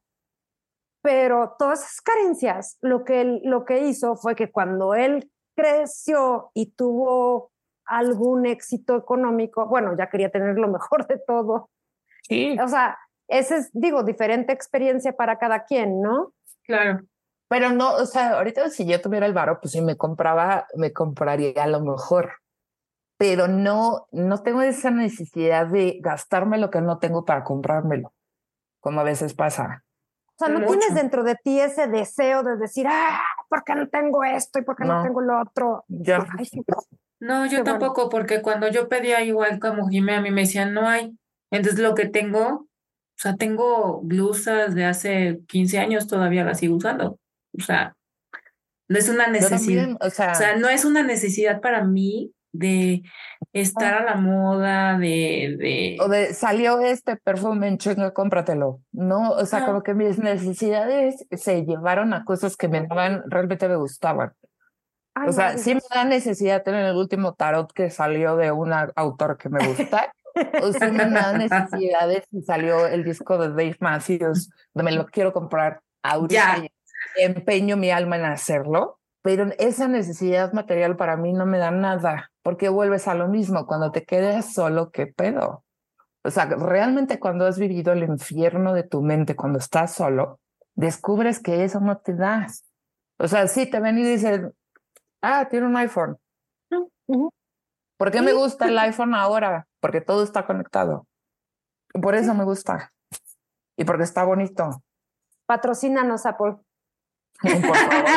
Pero todas esas carencias, lo que, él, lo que hizo fue que cuando él creció y tuvo algún éxito económico, bueno, ya quería tener lo mejor de todo. Sí. O sea, esa es, digo, diferente experiencia para cada quien, ¿no? Claro. Pero no, o sea, ahorita si yo tuviera el varo, pues sí me compraba, me compraría a lo mejor. Pero no, no tengo esa necesidad de gastarme lo que no tengo para comprármelo, como a veces pasa. O sea, no Mucho. Tienes dentro de ti ese deseo de decir, ah, ¿por qué no tengo esto y por qué no, no tengo lo otro? Ya. Ay, sí. No, yo Qué tampoco, bueno. Porque cuando yo pedía igual como Jimé, a mí me decían, no hay. Entonces lo que tengo, o sea, tengo blusas de hace quince años, todavía las sigo usando. O sea, no es una necesidad. También, o, sea, o sea, no es una necesidad para mí de estar a la moda, de, de... O de, salió este perfume en chinga, cómpratelo. No, o sea, no. como que mis necesidades se llevaron a cosas que me daban, realmente me gustaban. Ay, o sea, sí me da necesidad tener el último tarot que salió de un autor que me gusta. O sí me da necesidades si salió el disco de Dave Matthews, de me lo quiero comprar ahorita y empeño mi alma en hacerlo. Pero esa necesidad material para mí no me da nada, porque vuelves a lo mismo. Cuando te quedas solo, ¿qué pedo? O sea, realmente cuando has vivido el infierno de tu mente, cuando estás solo, descubres que eso no te das. O sea, sí te ven y dicen, ah, tiene un iPhone. Uh-huh. ¿Por qué me gusta el iPhone ahora? Porque todo está conectado. Por eso me gusta. Y porque está bonito. Patrocínanos, Apple. Por favor.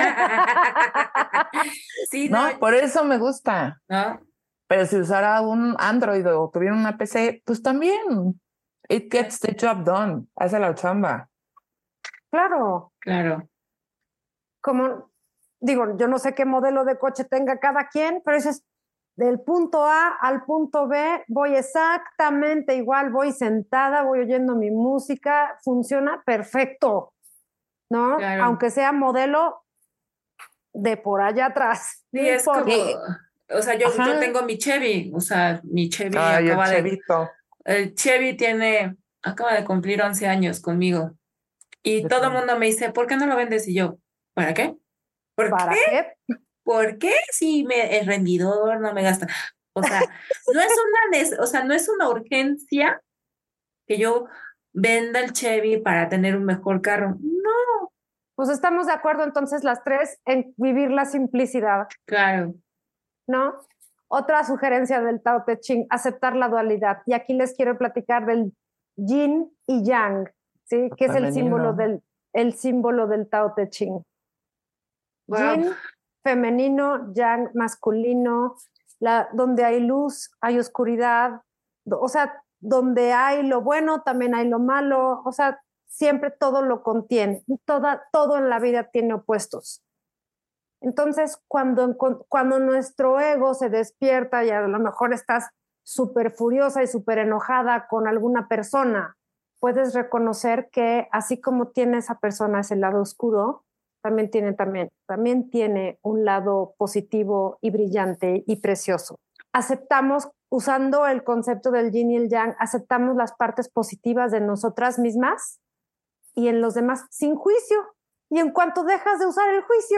Sí, no, no, por eso me gusta. ¿No? Pero si usara un Android o tuviera una P C, pues también. It gets the job done. Hace la chamba. Claro. Claro. Como, digo, yo no sé qué modelo de coche tenga cada quien, pero eso es del punto A al punto B, voy exactamente igual, voy sentada, voy oyendo mi música, funciona perfecto, ¿no? Claro. Aunque sea modelo de por allá atrás. Sí, es como, o sea, yo, yo tengo mi Chevy, o sea, mi Chevy Ay, acaba el de... Chevito. El Chevy tiene, acaba de cumplir once años conmigo. Y todo el mundo me dice, ¿por qué no lo vendes? Y yo, ¿para qué? ¿Por ¿Para qué? qué? ¿Por qué? Si me, es rendidor, no me gasta. O sea, no es una, o sea, no es una urgencia que yo venda el Chevy para tener un mejor carro. No. Pues estamos de acuerdo entonces las tres en vivir la simplicidad. Claro. ¿No? Otra sugerencia del Tao Te Ching, aceptar la dualidad. Y aquí les quiero platicar del yin y yang, ¿sí? Que es el símbolo del, el símbolo del Tao Te Ching. Wow. Yin, femenino, yang, masculino, la, donde hay luz, hay oscuridad, o sea, donde hay lo bueno, también hay lo malo, o sea, siempre todo lo contiene, Toda, todo en la vida tiene opuestos. Entonces, cuando, cuando nuestro ego se despierta y a lo mejor estás súper furiosa y súper enojada con alguna persona, puedes reconocer que así como tiene esa persona ese lado oscuro, también tiene, también, también tiene un lado positivo y brillante y precioso. Aceptamos, usando el concepto del yin y el yang, aceptamos las partes positivas de nosotras mismas y en los demás sin juicio. Y en cuanto dejas de usar el juicio,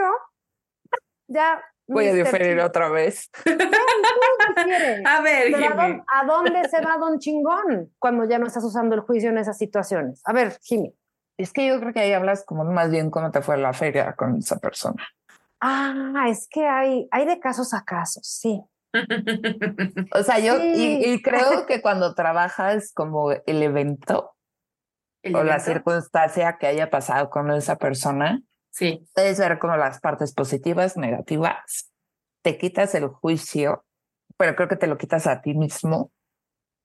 ya voy a diferir otra vez. A ver, Pero ¿a dónde, ¿a dónde se va Don Chingón cuando ya no estás usando el juicio en esas situaciones? A ver, Jimmy. Es que yo creo que ahí hablas como más bien cómo te fue la feria con esa persona. Ah, es que hay, hay de casos a casos, sí. O sea, yo sí. y, y creo que cuando trabajas como el evento ¿El o evento? la circunstancia que haya pasado con esa persona, sí, puedes ver como las partes positivas, negativas, te quitas el juicio, pero creo que te lo quitas a ti mismo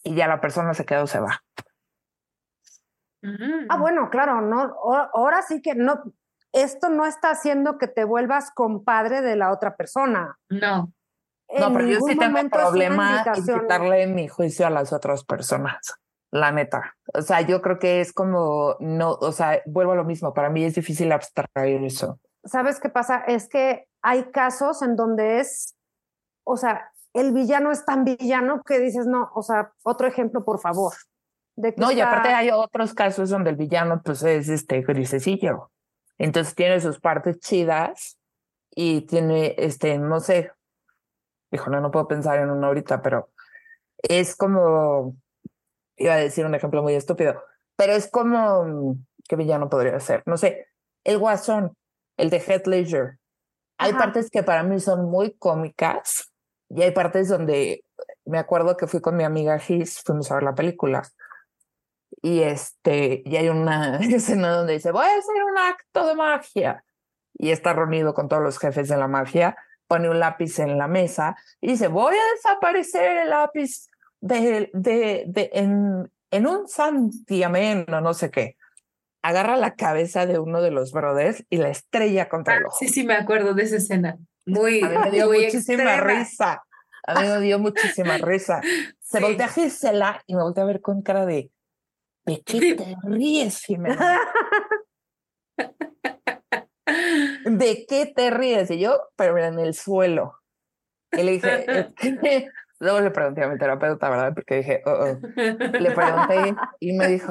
y ya la persona se queda o se va. Uh-huh. Ah, bueno, claro, no, ahora sí que no, esto no está haciendo que te vuelvas compadre de la otra persona. No. En no, pero yo sí tengo problema en quitarle mi juicio a las otras personas, la neta. O sea, yo creo que es como, no, o sea, vuelvo a lo mismo, para mí es difícil abstraer eso. ¿Sabes qué pasa? Es que hay casos en donde es, o sea, el villano es tan villano que dices, no, o sea, otro ejemplo, por favor. De que no, está... y aparte hay otros casos donde el villano pues es este grisecillo. Entonces tiene sus partes chidas y tiene, este, no sé, híjole, no puedo pensar en uno ahorita, pero es como, iba a decir un ejemplo muy estúpido, pero es como, ¿qué villano podría ser? No sé, el Guasón, el de Heath Ledger. Hay Ajá. partes que para mí son muy cómicas y hay partes donde me acuerdo que fui con mi amiga Gis, fuimos a ver la película y este y hay una escena donde dice voy a hacer un acto de magia y está reunido con todos los jefes de la mafia, pone un lápiz en la mesa y dice voy a desaparecer el lápiz de, de, de, en, en un santiamén o no sé qué. Agarra la cabeza de uno de los brothers y la estrella contra ah, el ojo. Sí, sí, me acuerdo de esa escena. Muy, a mí me dio muy muchísima extrema. risa. A mí me dio muchísima risa. Se sí. voltea a Gisela y me voltea a ver con cara de ¿de qué te ríes, Jimena? ¿De qué te ríes? Y yo, pero en el suelo. Y le dije, luego le pregunté a mi terapeuta, ¿verdad? Porque dije, oh, oh. Le pregunté y me dijo,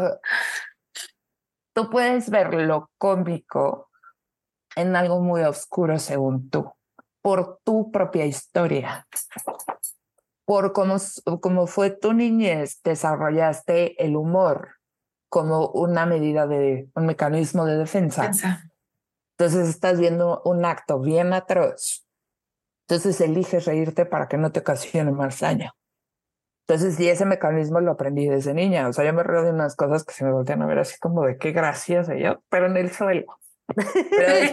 tú puedes ver lo cómico en algo muy oscuro según tú, por tu propia historia. Por cómo, cómo fue tu niñez, desarrollaste el humor como una medida de, un mecanismo de defensa. Pensa. Entonces estás viendo un acto bien atroz. Entonces eliges reírte para que no te ocasione más daño. Entonces, y ese mecanismo lo aprendí desde niña. O sea, yo me río de unas cosas que se me voltean a ver así como de qué graciosa yo, pero en el suelo. Pero es,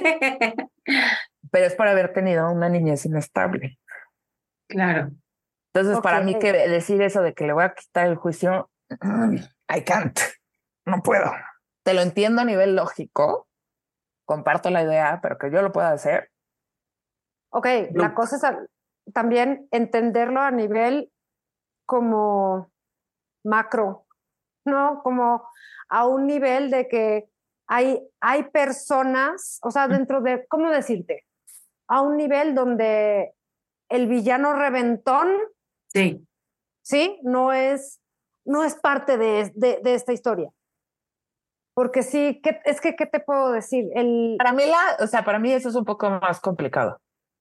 pero es por haber tenido una niñez inestable. Claro. Entonces, okay. Para mí que decir eso de que le voy a quitar el juicio, I can't. No puedo. Te lo entiendo a nivel lógico, comparto la idea, pero que yo lo pueda hacer. Ok, no. La cosa es también entenderlo a nivel como macro, ¿no? Como a un nivel de que hay, hay personas, o sea, dentro de, ¿cómo decirte? A un nivel donde el villano reventón, sí, ¿sí? No es, no es parte de, de, de esta historia. Porque sí, ¿qué, es que, ¿qué te puedo decir? El... Para mí, la, o sea, para mí eso es un poco más complicado.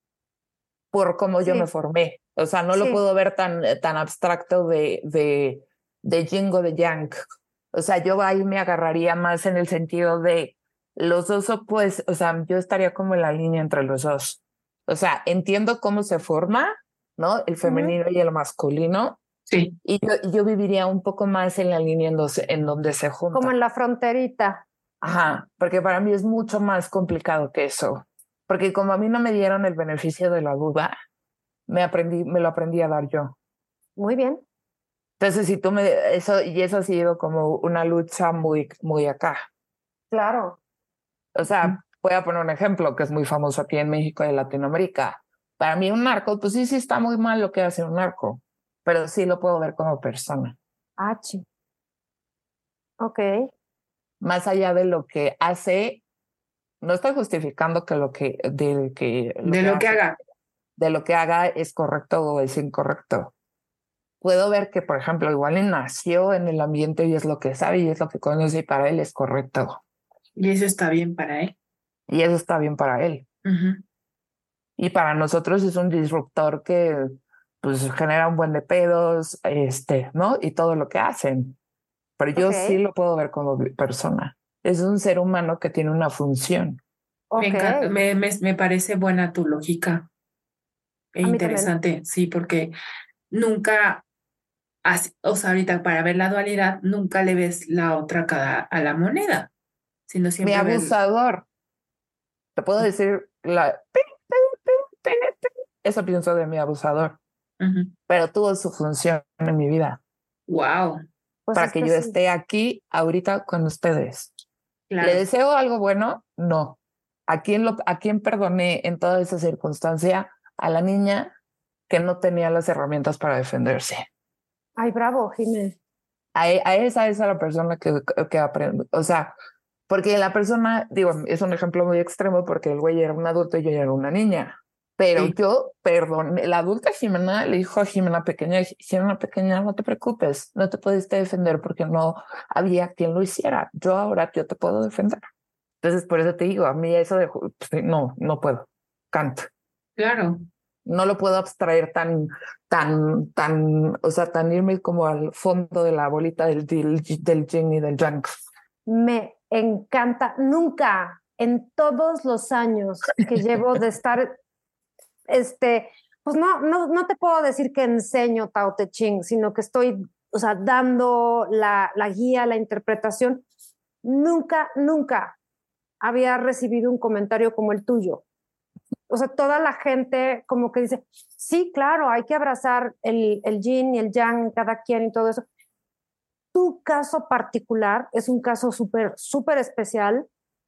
Por cómo sí. yo me formé. O sea, no sí. lo puedo ver tan, tan abstracto de, de, de Jingo de Yang. O sea, yo ahí me agarraría más en el sentido de los dos, pues, o sea, yo estaría como en la línea entre los dos. O sea, entiendo cómo se forma, ¿no? El femenino uh-huh. y el masculino. Sí. Y yo, yo viviría un poco más en la línea en donde, en donde se juntan. Como en la fronterita. Ajá, porque para mí es mucho más complicado que eso. Porque como a mí no me dieron el beneficio de la duda, me aprendí, me lo aprendí a dar yo. Muy bien. Entonces, si tú me, eso, y eso ha sido como una lucha muy, muy acá. Claro. O sea, voy a poner un ejemplo que es muy famoso aquí en México y en Latinoamérica. Para mí un narco, pues sí, sí está muy mal lo que hace un narco, pero sí lo puedo ver como persona. Ah, sí. Ok. Más allá de lo que hace, no estoy justificando que lo que, de, que, lo de que lo que hace, haga. De lo que haga es correcto o es incorrecto. Puedo ver que, por ejemplo, igual él nació en el ambiente y es lo que sabe y es lo que conoce y para él es correcto. Y eso está bien para él. Y eso está bien para él. Uh-huh. Y para nosotros es un disruptor que pues genera un buen de pedos, este, ¿no? Y todo lo que hacen. Pero yo okay. sí lo puedo ver como persona. Es un ser humano que tiene una función. Okay. Me, encanta, me, me, me parece buena tu lógica. E interesante, también. Sí, porque nunca, o sea, ahorita para ver la dualidad, nunca le ves la otra cara a la moneda, sino siempre mi abusador. Ves... Te puedo decir la... Eso pienso de mi abusador. Uh-huh. Pero tuvo su función en mi vida. Wow. Pues para es que, que yo sí. esté aquí ahorita con ustedes. Claro. ¿Le deseo algo bueno? No. ¿A quién, lo, ¿A quién perdoné en toda esa circunstancia? A la niña que no tenía las herramientas para defenderse. Ay, bravo, Jiménez. A, a esa es a la persona que, que aprende. O sea, porque la persona, digo, es un ejemplo muy extremo porque el güey era un adulto y yo era una niña. Pero Sí. yo, perdón, la adulta Jimena le dijo a Jimena pequeña, Jimena pequeña, no te preocupes, no te pudiste defender porque no había quien lo hiciera. Yo ahora yo te puedo defender. Entonces, por eso te digo, a mí eso de, pues, no, no puedo. Canto. Claro. No lo puedo abstraer tan, tan, tan, o sea, tan irme como al fondo de la bolita del, del, del yin y del yang. Me encanta. Nunca en todos los años que llevo de estar, este, pues no, no, no te puedo decir que enseño Tao Te Ching, sino que estoy, o sea, dando la, la guía, la interpretación. Nunca, nunca había recibido un comentario como el tuyo. O sea, toda la gente como que dice, sí, claro, hay que abrazar el, el yin y el yang, cada quien y todo eso. Tu caso particular es un caso súper, súper especial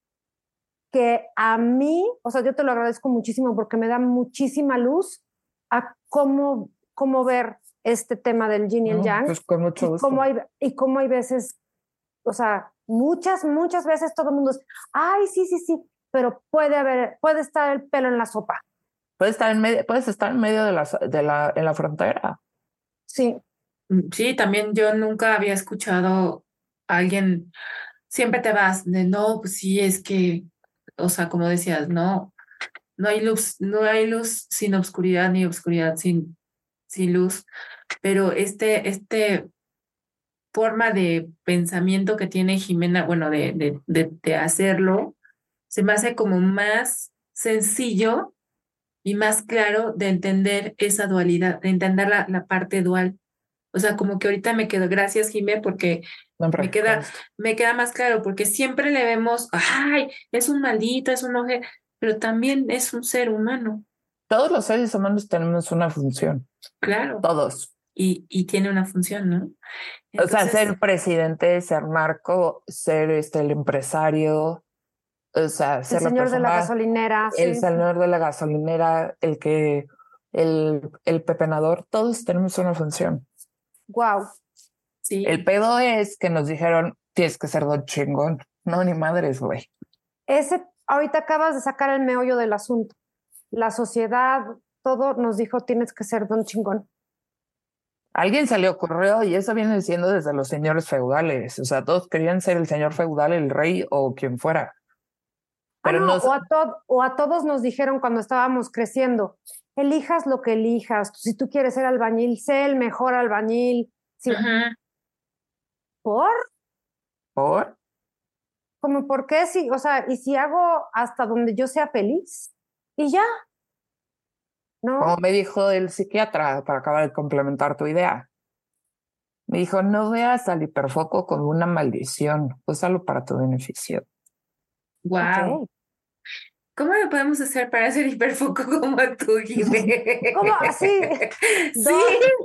que a mí, o sea, yo te lo agradezco muchísimo porque me da muchísima luz a cómo, cómo ver este tema del yin y el No, yang. pues con mucho y, gusto. cómo hay, y cómo hay veces, o sea, muchas, muchas veces todo el mundo es, ay, sí, sí, sí, pero puede haber, puede estar el pelo en la sopa. Puedes estar en medio, puedes estar en medio de la, de la, en la frontera. Sí. Sí, también yo nunca había escuchado a alguien, siempre te vas de no, pues sí, es que, o sea, como decías, no, no hay luz, no hay luz sin obscuridad, ni obscuridad sin, sin luz, pero este, este forma de pensamiento que tiene Jimena, bueno, de, de, de, de hacerlo, se me hace como más sencillo y más claro de entender esa dualidad, de entender la, la parte dual. O sea, como que ahorita me quedo, gracias, Jimé, porque Hombre, me queda, me queda más claro, porque siempre le vemos, ay, es un maldito, es un oje, pero también es un ser humano. Todos los seres humanos tenemos una función. Claro. Todos. Y, y tiene una función, ¿no? Entonces, o sea, ser Entonces, presidente, ser narco, ser este, el empresario, o sea, ser el la señor persona, de la gasolinera. el Sí. señor de la gasolinera, el que, el, el pepenador, todos tenemos una función. Wow. sí. El pedo es que nos dijeron, tienes que ser don chingón. No, ni madres, güey. Ese, ahorita acabas de sacar el meollo del asunto. La sociedad, todo nos dijo, tienes que ser don chingón. A alguien se le ocurrió, y eso viene siendo desde los señores feudales. O sea, todos querían ser el señor feudal, el rey o quien fuera. Pero ah, no, no, o, a to- o a todos nos dijeron cuando estábamos creciendo, elijas lo que elijas. Si tú quieres ser albañil, sé el mejor albañil. Sí. Ajá. ¿Por? ¿por? ¿Cómo por qué? Sí, o sea, y si hago hasta donde yo sea feliz y ya. ¿No? Como me dijo el psiquiatra, para acabar de complementar tu idea. Me dijo, no veas al hiperfoco como una maldición, úsalo para tu beneficio. Wow. Okay. ¿Cómo lo podemos hacer para ser hiperfoco como tú, Jimé? ¿Cómo así? Sí,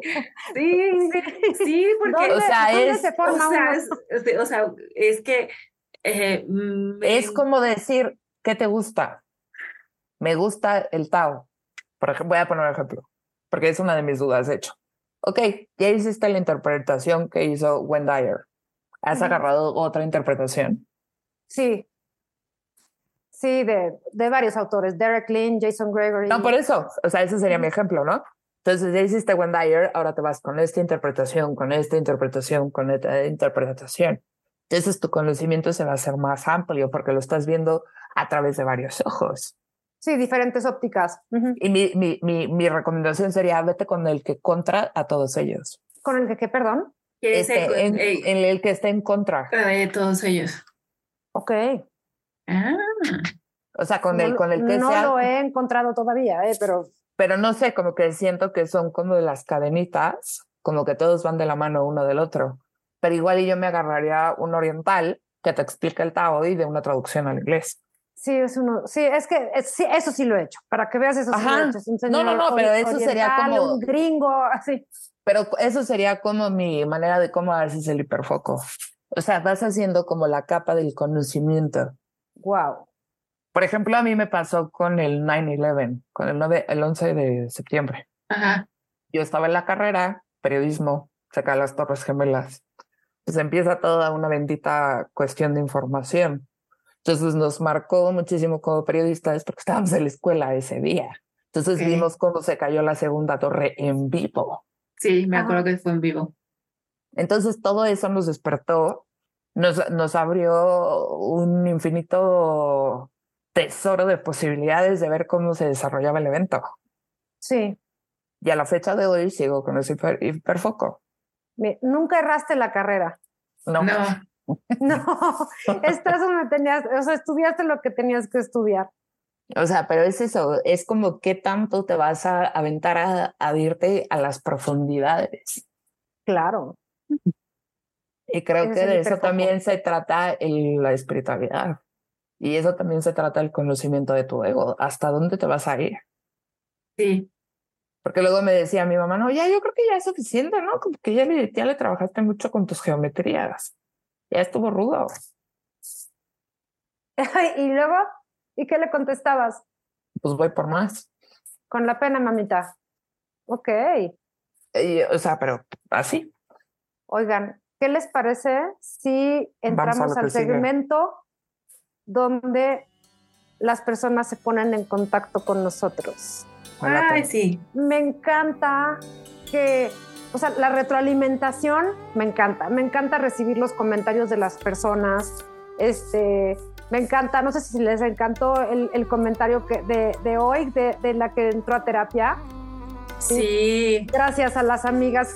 sí, sí, porque ¿Dónde, O sea, ¿dónde es- se o forma sea, uno? es, o sea, es que eh, me- Es como decir, ¿qué te gusta? Me gusta el Tao. Por ejemplo, voy a poner un ejemplo, porque es una de mis dudas, de hecho. Ok, ya hiciste la interpretación que hizo Wendy Dyer. ¿Has Ujú. agarrado otra interpretación? Sí, sí, de, de varios autores, Derek Lin, Jason Gregory. No, por eso, o sea, ese sería mi ejemplo, ¿no? Entonces ya hiciste Wendy Dyer, ahora te vas con esta interpretación, con esta interpretación, con esta interpretación. Entonces tu conocimiento se va a hacer más amplio porque lo estás viendo a través de varios ojos. Sí, diferentes ópticas. Ujú. Y mi, mi, mi, mi recomendación sería vete con el que contra a todos ellos. ¿Con el que qué, perdón? que ese- Este, en, eh, en el que esté en contra. de todos ellos. Ok. Ah, O sea, con No, el, con el que no sea. lo he encontrado todavía, eh, pero Pero no sé, como que siento que son como de las cadenitas, como que todos van de la mano uno del otro. Pero igual y yo me agarraría un oriental que te explica el Tao y de una traducción al inglés. sí, es uno. Sí, es que es- sí, eso sí lo he hecho. Para que veas, eso sí lo Ajá. he hecho. Es un No, señor no, no, pero ori- eso sería oriental, como- un gringo, así. Pero eso sería como mi manera de cómo haces el hiperfoco. O sea, vas haciendo como la capa del conocimiento. Wow. Por ejemplo, a mí me pasó con el nueve once, con el, nueve, el once de septiembre. Ajá. Yo estaba en la carrera, periodismo, cerca de las Torres Gemelas. Pues empieza toda una bendita cuestión de información. Entonces nos marcó muchísimo como periodistas porque estábamos en la escuela ese día. Entonces okay. vimos cómo se cayó la segunda torre en vivo. Sí, me acuerdo Ajá. que fue en vivo. Entonces todo eso nos despertó, nos, nos abrió un infinito tesoro de posibilidades de ver cómo se desarrollaba el evento. Sí. Y a la fecha de hoy sigo con ese hiper, hiperfoco. Nunca erraste la carrera. No. No. No, estás donde tenías, o sea, estudiaste lo que tenías que estudiar. O sea, pero es eso, es como qué tanto te vas a aventar a, a irte a las profundidades. Claro. Y creo es que de eso también se trata el, la espiritualidad. Y eso también se trata el conocimiento de tu ego. ¿Hasta dónde te vas a ir? Sí. Porque luego me decía mi mamá, no, ya yo creo que ya es suficiente, ¿no? Como que ya le, ya le trabajaste mucho con tus geometrías. Ya estuvo rudo. Y luego, ¿y qué le contestabas? Pues voy por más. Con la pena, mamita. Ok. Y, o sea, pero así. Oigan, ¿qué les parece si entramos al segmento donde las personas se ponen en contacto con nosotros? Ay, sí. Me encanta que, o sea, la retroalimentación me encanta. Me encanta recibir los comentarios de las personas. Este, me encanta, no sé si les encantó el, el comentario que de, de hoy, de, de la que entró a terapia. Sí. Gracias a las amigas.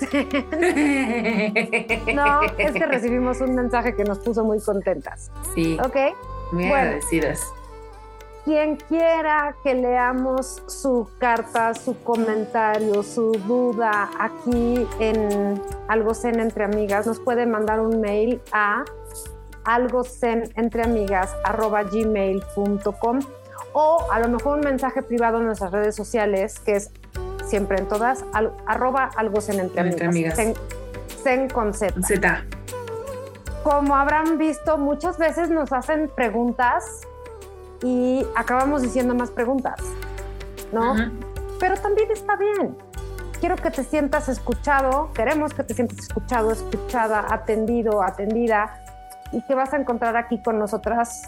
No, es que recibimos un mensaje que nos puso muy contentas. Sí. ¿Ok? Muy bueno, agradecidas. Quien quiera que leamos su carta, su comentario, su duda aquí en Algo Zen Entre Amigas, nos puede mandar un mail a algozenentreamigas arroba gmail punto com o a lo mejor un mensaje privado en nuestras redes sociales, que es siempre en todas, al, arroba algozenentreamigas. Zen, zen con Z. Z. Como habrán visto, muchas veces nos hacen preguntas y acabamos diciendo más preguntas, ¿no? Uh-huh. Pero también está bien. Quiero que te sientas escuchado, queremos que te sientas escuchado, escuchada, atendido, atendida, y que vas a encontrar aquí con nosotras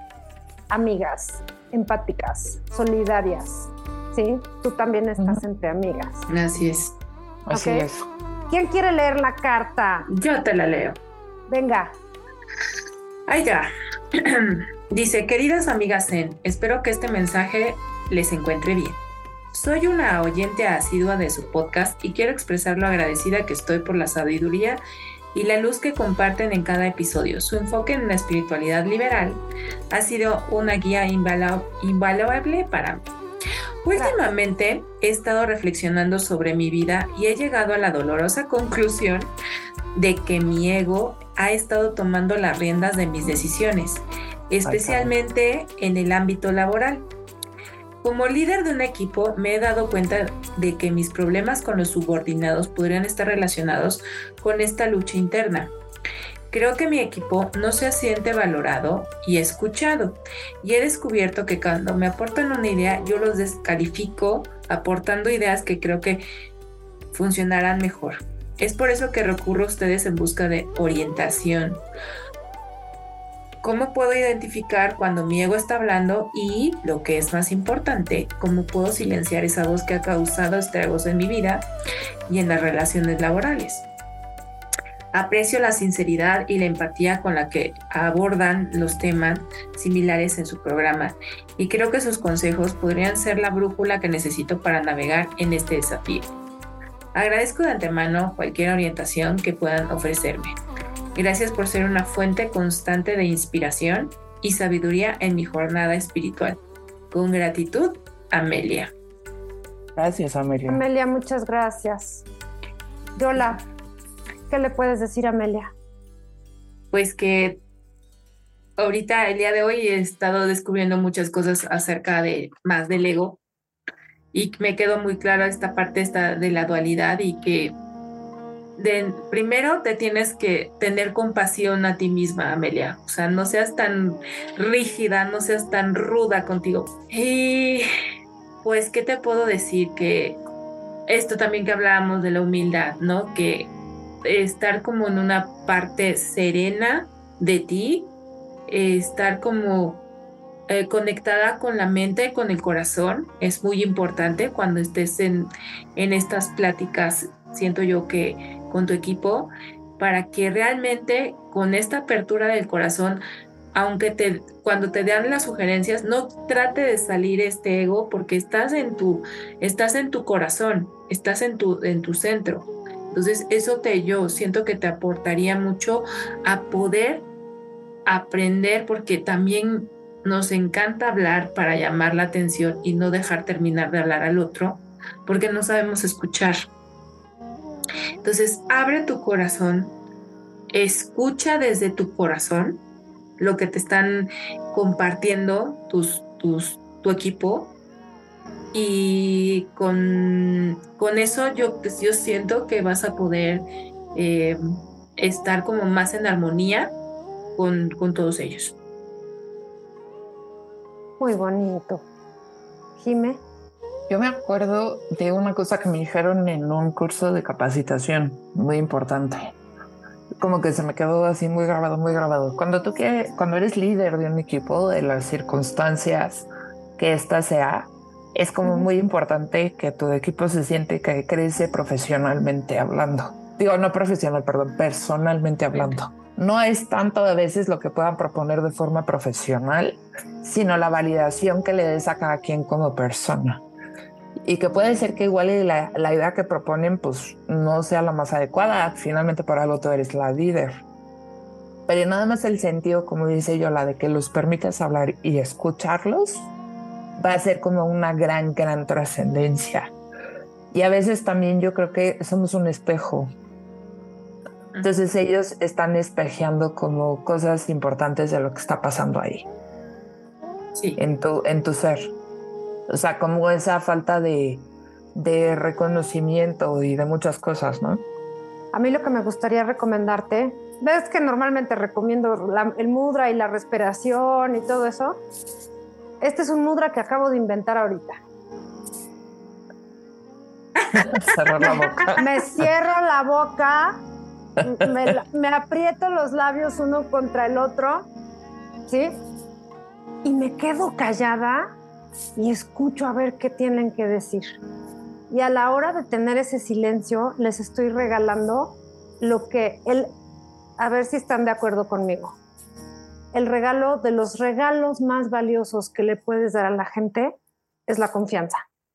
amigas, empáticas, solidarias, ¿sí? Tú también estás uh-huh. entre amigas. Así es. Así ¿Okay? es. ¿Quién quiere leer la carta? Yo te la leo. Venga. Ahí ya. Dice, queridas amigas Zen, espero que este mensaje les encuentre bien. Soy una oyente asidua de su podcast y quiero expresar lo agradecida que estoy por la sabiduría y la luz que comparten en cada episodio. Su enfoque en la espiritualidad liberal ha sido una guía invalu- invaluable para mí. Últimamente he estado reflexionando sobre mi vida y he llegado a la dolorosa conclusión de que mi ego ha estado tomando las riendas de mis decisiones, especialmente en el ámbito laboral. Como líder de un equipo, me he dado cuenta de que mis problemas con los subordinados podrían estar relacionados con esta lucha interna. Creo que mi equipo no se siente valorado y escuchado, y he descubierto que cuando me aportan una idea, yo los descalifico aportando ideas que creo que funcionarán mejor. Es por eso que recurro a ustedes en busca de orientación. ¿Cómo puedo identificar cuando mi ego está hablando? Y, lo que es más importante, ¿cómo puedo silenciar esa voz que ha causado estragos en mi vida y en las relaciones laborales? Aprecio la sinceridad y la empatía con la que abordan los temas similares en su programa y creo que sus consejos podrían ser la brújula que necesito para navegar en este desafío. Agradezco de antemano cualquier orientación que puedan ofrecerme. Gracias por ser una fuente constante de inspiración y sabiduría en mi jornada espiritual. Con gratitud, Amelia. Gracias, Amelia. Amelia, muchas gracias. Yola, ¿qué le puedes decir a Amelia? Pues que ahorita, el día de hoy, he estado descubriendo muchas cosas acerca de más del ego y me quedó muy clara esta parte esta de la dualidad y que de, primero te tienes que tener compasión a ti misma, Amelia. O sea, no seas tan rígida, no seas tan ruda contigo. Y pues, ¿qué te puedo decir? Que esto también que hablábamos de la humildad, ¿no? Que estar como en una parte serena de ti, eh, estar como eh, conectada con la mente, con el corazón, es muy importante cuando estés en, en estas pláticas, siento yo que con tu equipo, para que realmente con esta apertura del corazón, aunque te, cuando te dan las sugerencias, no trate de salir este ego porque estás en tu, estás en tu corazón, estás en tu, en tu centro. Entonces, eso te, yo siento que te aportaría mucho a poder aprender, porque también nos encanta hablar para llamar la atención y no dejar terminar de hablar al otro, porque no sabemos escuchar. Entonces, abre tu corazón, escucha desde tu corazón lo que te están compartiendo tus, tus, tu equipo, y con, con eso yo, pues, yo siento que vas a poder eh, estar como más en armonía con, con todos ellos. Muy bonito. Jime. Yo me acuerdo de una cosa que me dijeron en un curso de capacitación muy importante. Como que se me quedó así muy grabado, muy grabado. Cuando tú que, cuando eres líder de un equipo, de las circunstancias que ésta sea, es como muy importante que tu equipo se siente que crece profesionalmente hablando. Digo, no profesional, perdón, personalmente hablando. No es tanto a veces lo que puedan proponer de forma profesional, sino la validación que le des a cada quien como persona. Y que puede ser que igual la, la idea que proponen pues no sea la más adecuada. Finalmente por algo tú eres la líder. Pero nada más el sentido, como dice Yola, de que los permitas hablar y escucharlos, va a ser como una gran, gran trascendencia. Y a veces también yo creo que somos un espejo. Entonces ellos están espejeando como cosas importantes de lo que está pasando ahí. Sí. En tu, en tu ser. O sea, como esa falta de, de reconocimiento y de muchas cosas, ¿no? A mí lo que me gustaría recomendarte, ves que normalmente recomiendo la, el mudra y la respiración y todo eso. Este es un mudra que acabo de inventar ahorita. Cerrar la boca. Me cierro la boca, me, me aprieto los labios uno contra el otro, ¿sí? Y me quedo callada y escucho a ver qué tienen que decir. Y a la hora de tener ese silencio, les estoy regalando lo que él, a ver si están de acuerdo conmigo. El regalo de los regalos más valiosos que le puedes dar a la gente es la confianza.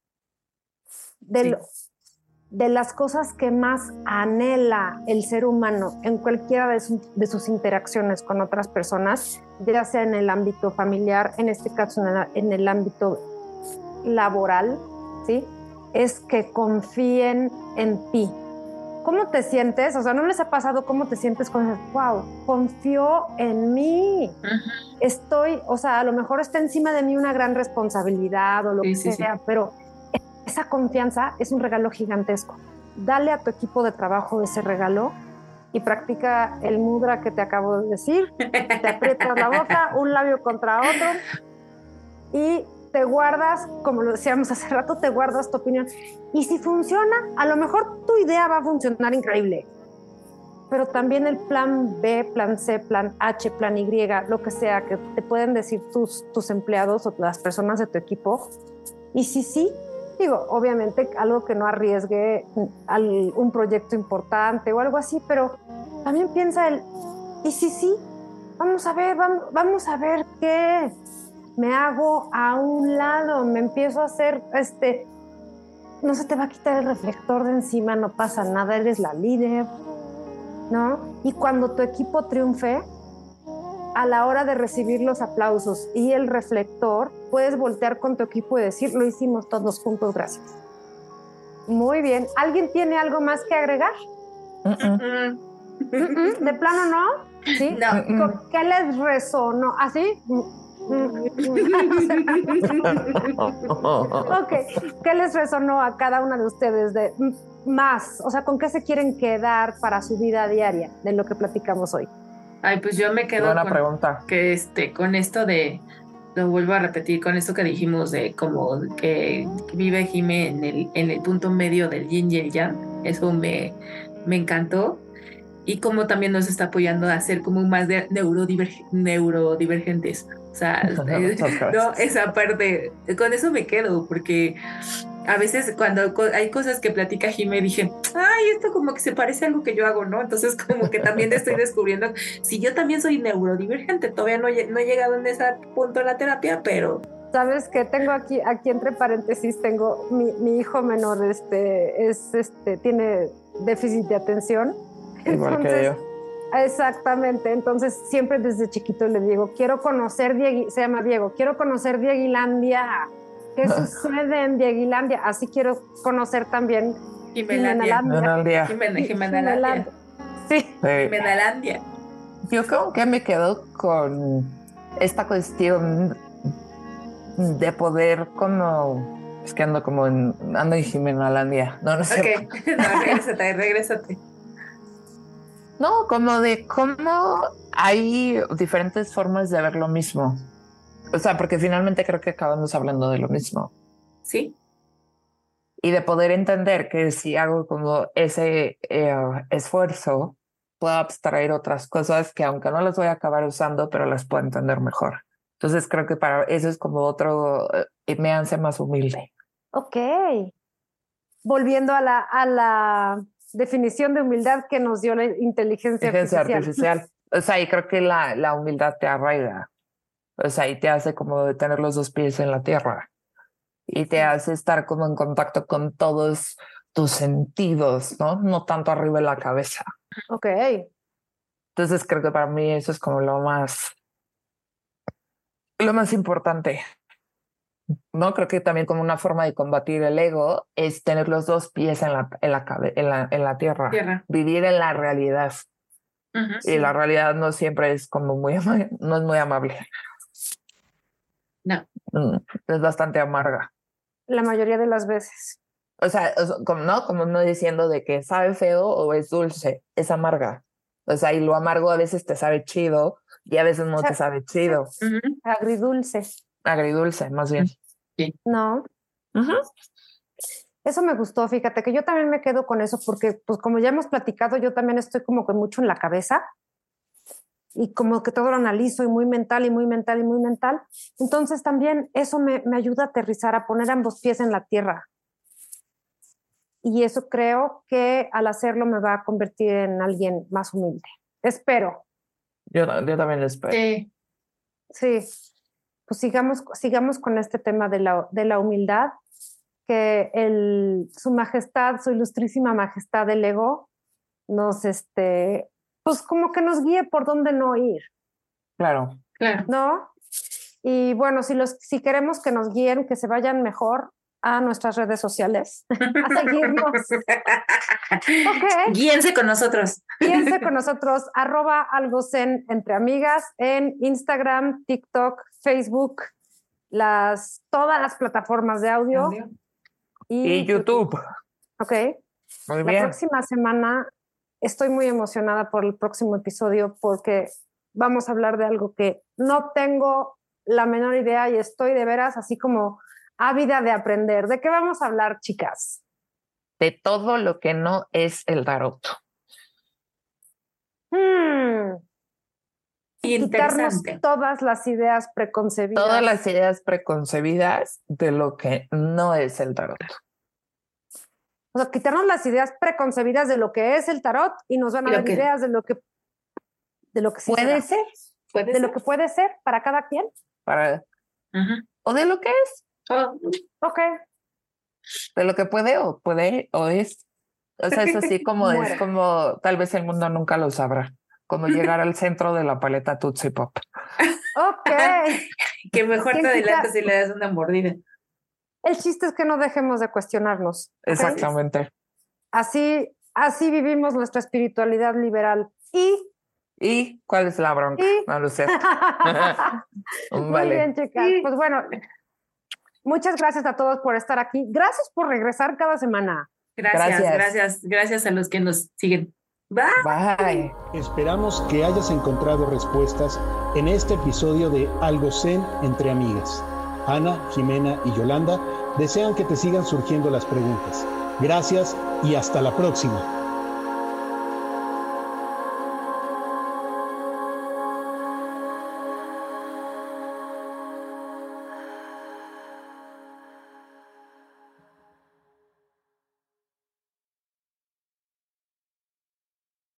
De, sí. lo, de las cosas que más anhela el ser humano en cualquiera de, su, de sus interacciones con otras personas, ya sea en el ámbito familiar, en este caso en el, en el ámbito laboral, ¿sí? Es que confíen en ti. ¿Cómo te sientes? O sea, ¿no les ha pasado cómo te sientes con, wow, confío en mí? Uh-huh. Estoy, o sea, a lo mejor está encima de mí una gran responsabilidad o lo sí, que sí, sea, sí. Pero esa confianza es un regalo gigantesco. Dale a tu equipo de trabajo ese regalo y practica el mudra que te acabo de decir. Te aprietas la boca, un labio contra otro y te guardas, como lo decíamos hace rato, te guardas tu opinión. Y si funciona, a lo mejor tu idea va a funcionar increíble. Pero también el plan B, plan C, plan H, plan Y, lo que sea, que te pueden decir tus, tus empleados o las personas de tu equipo. Y si sí, digo, obviamente algo que no arriesgue al, un proyecto importante o algo así, pero también piensa el, y si sí, vamos a ver, vamos, vamos a ver qué... Me hago a un lado, me empiezo a hacer, este, no se te va a quitar el reflector de encima, no pasa nada, eres la líder, ¿no? Y cuando tu equipo triunfe, a la hora de recibir los aplausos y el reflector, puedes voltear con tu equipo y decir, lo hicimos todos juntos, gracias. Muy bien. ¿Alguien tiene algo más que agregar? Uh-uh. ¿De plano no? ¿Sí? No. ¿Qué les resonó? ¿Así? Ok, ¿qué les resonó a cada una de ustedes de más? O sea, ¿con qué se quieren quedar para su vida diaria de lo que platicamos hoy? Ay, pues yo me quedo Buena con, pregunta. que este, con esto de, lo vuelvo a repetir, con esto que dijimos de como que, que vive Jime en el, en el punto medio del yin y el yang. Eso me, me encantó. Y como también nos está apoyando a ser como más de neurodiverg- neurodivergentes. O sea, eh, no, esa parte, con eso me quedo, porque a veces cuando co- hay cosas que platica Jime, dije, ay, esto como que se parece a algo que yo hago, ¿no? Entonces como que también estoy descubriendo, si yo también soy neurodivergente, todavía no, he- no he llegado en ese punto de la terapia, pero... ¿Sabes qué? Tengo aquí, aquí entre paréntesis, tengo mi, mi hijo menor, este, es, este, tiene déficit de atención. Igual Entonces, que yo. exactamente, entonces siempre desde chiquito le digo, quiero conocer Diego, se llama Diego, quiero conocer Dieguilandia. ¿Qué sucede en Dieguilandia? Así quiero conocer también Jimelandia. Jimenalandia. Jimena, Jimenalandia. Sí. Sí. Jimenalandia. Yo creo que me quedo con esta cuestión de poder como... Es que ando como en... Ando en Jimenalandia. No, no sé. Ok, no, regrésate, regrésate. No, como de cómo hay diferentes formas de ver lo mismo. O sea, porque finalmente creo que acabamos hablando de lo mismo. Sí. Y de poder entender que si hago como ese eh, esfuerzo, puedo abstraer otras cosas que aunque no las voy a acabar usando, pero las puedo entender mejor. Entonces creo que para eso es como otro, eh, me hace más humilde. Ok. Volviendo a la, a la definición de humildad que nos dio la inteligencia, Inteligencia artificial. artificial. O sea, y creo que la, la humildad te arraiga. O sea, y te hace como tener los dos pies en la tierra. Y te hace estar como en contacto con todos tus sentidos, ¿no? No tanto arriba de la cabeza. Ok. Entonces creo que para mí eso es como lo más, lo más importante, ¿no? Creo que también como una forma de combatir el ego es tener los dos pies en la, en la, cabe, en la, en la tierra, Tierra. Vivir en la realidad. Uh-huh, y sí. la realidad no siempre es como muy, ama- no es muy amable. No. Mm, Es bastante amarga. La mayoría de las veces. O sea, o sea, como no, como no diciendo de que sabe feo o es dulce, es amarga. O sea, y lo amargo a veces te sabe chido y a veces no O sea, te sabe chido. Uh-huh. Agridulce. Agridulce, más bien. Sí. No. Uh-huh. Eso me gustó, fíjate que yo también me quedo con eso porque, pues como ya hemos platicado, yo también estoy como que mucho en la cabeza y como que todo lo analizo y muy mental y muy mental y muy mental. Entonces también eso me, me ayuda a aterrizar, a poner ambos pies en la tierra. Y eso creo que al hacerlo me va a convertir en alguien más humilde. Espero. Yo, yo también lo espero. Sí. Sí. Pues sigamos, sigamos con este tema de la, de la humildad, que el, su majestad, su ilustrísima majestad del ego, nos, este, pues como que nos guíe por dónde no ir. Claro. Claro. ¿No? Y bueno, si, los, si queremos que nos guíen, que se vayan mejor a nuestras redes sociales, a seguirnos. Okay. Guíense con nosotros. Guíense con nosotros, arroba algo zen entre amigas en Instagram, TikTok, Facebook, las, todas las plataformas de audio. audio. Y, y YouTube. YouTube. Ok. Muy La bien. próxima semana estoy muy emocionada por el próximo episodio porque vamos a hablar de algo que no tengo la menor idea y estoy de veras así como ávida de aprender. ¿De qué vamos a hablar, chicas? De todo lo que no es el tarot. Hmm. Quitarnos todas las ideas preconcebidas. Todas las ideas preconcebidas de lo que no es el tarot. O sea, quitarnos las ideas preconcebidas de lo que es el tarot y nos van a dar que... ideas de lo que de lo que sí puede será. ser, ¿Puede de ser? lo que puede ser para cada quien. Para uh-huh. o de lo que es. Oh. Ok. De lo que puede o puede o es. O sea, es así como es como tal vez el mundo nunca lo sabrá. Como llegar al centro de la paleta Tootsie Pop. Ok. Que mejor te adelantas y le das una mordida. El chiste es que no dejemos de cuestionarnos. ¿Okay? Exactamente. Así, así vivimos nuestra espiritualidad liberal. ¿Y? ¿Y cuál es la bronca? ¿Y? No lo sé. Vale. Muy bien, chicas. Sí. Pues bueno, muchas gracias a todos por estar aquí. Gracias por regresar cada semana. Gracias, gracias, gracias, gracias a los que nos siguen. Bye. Bye. Esperamos que hayas encontrado respuestas en este episodio de Algo Zen entre amigas. Ana, Jimena y Yolanda desean que te sigan surgiendo las preguntas. Gracias y hasta la próxima.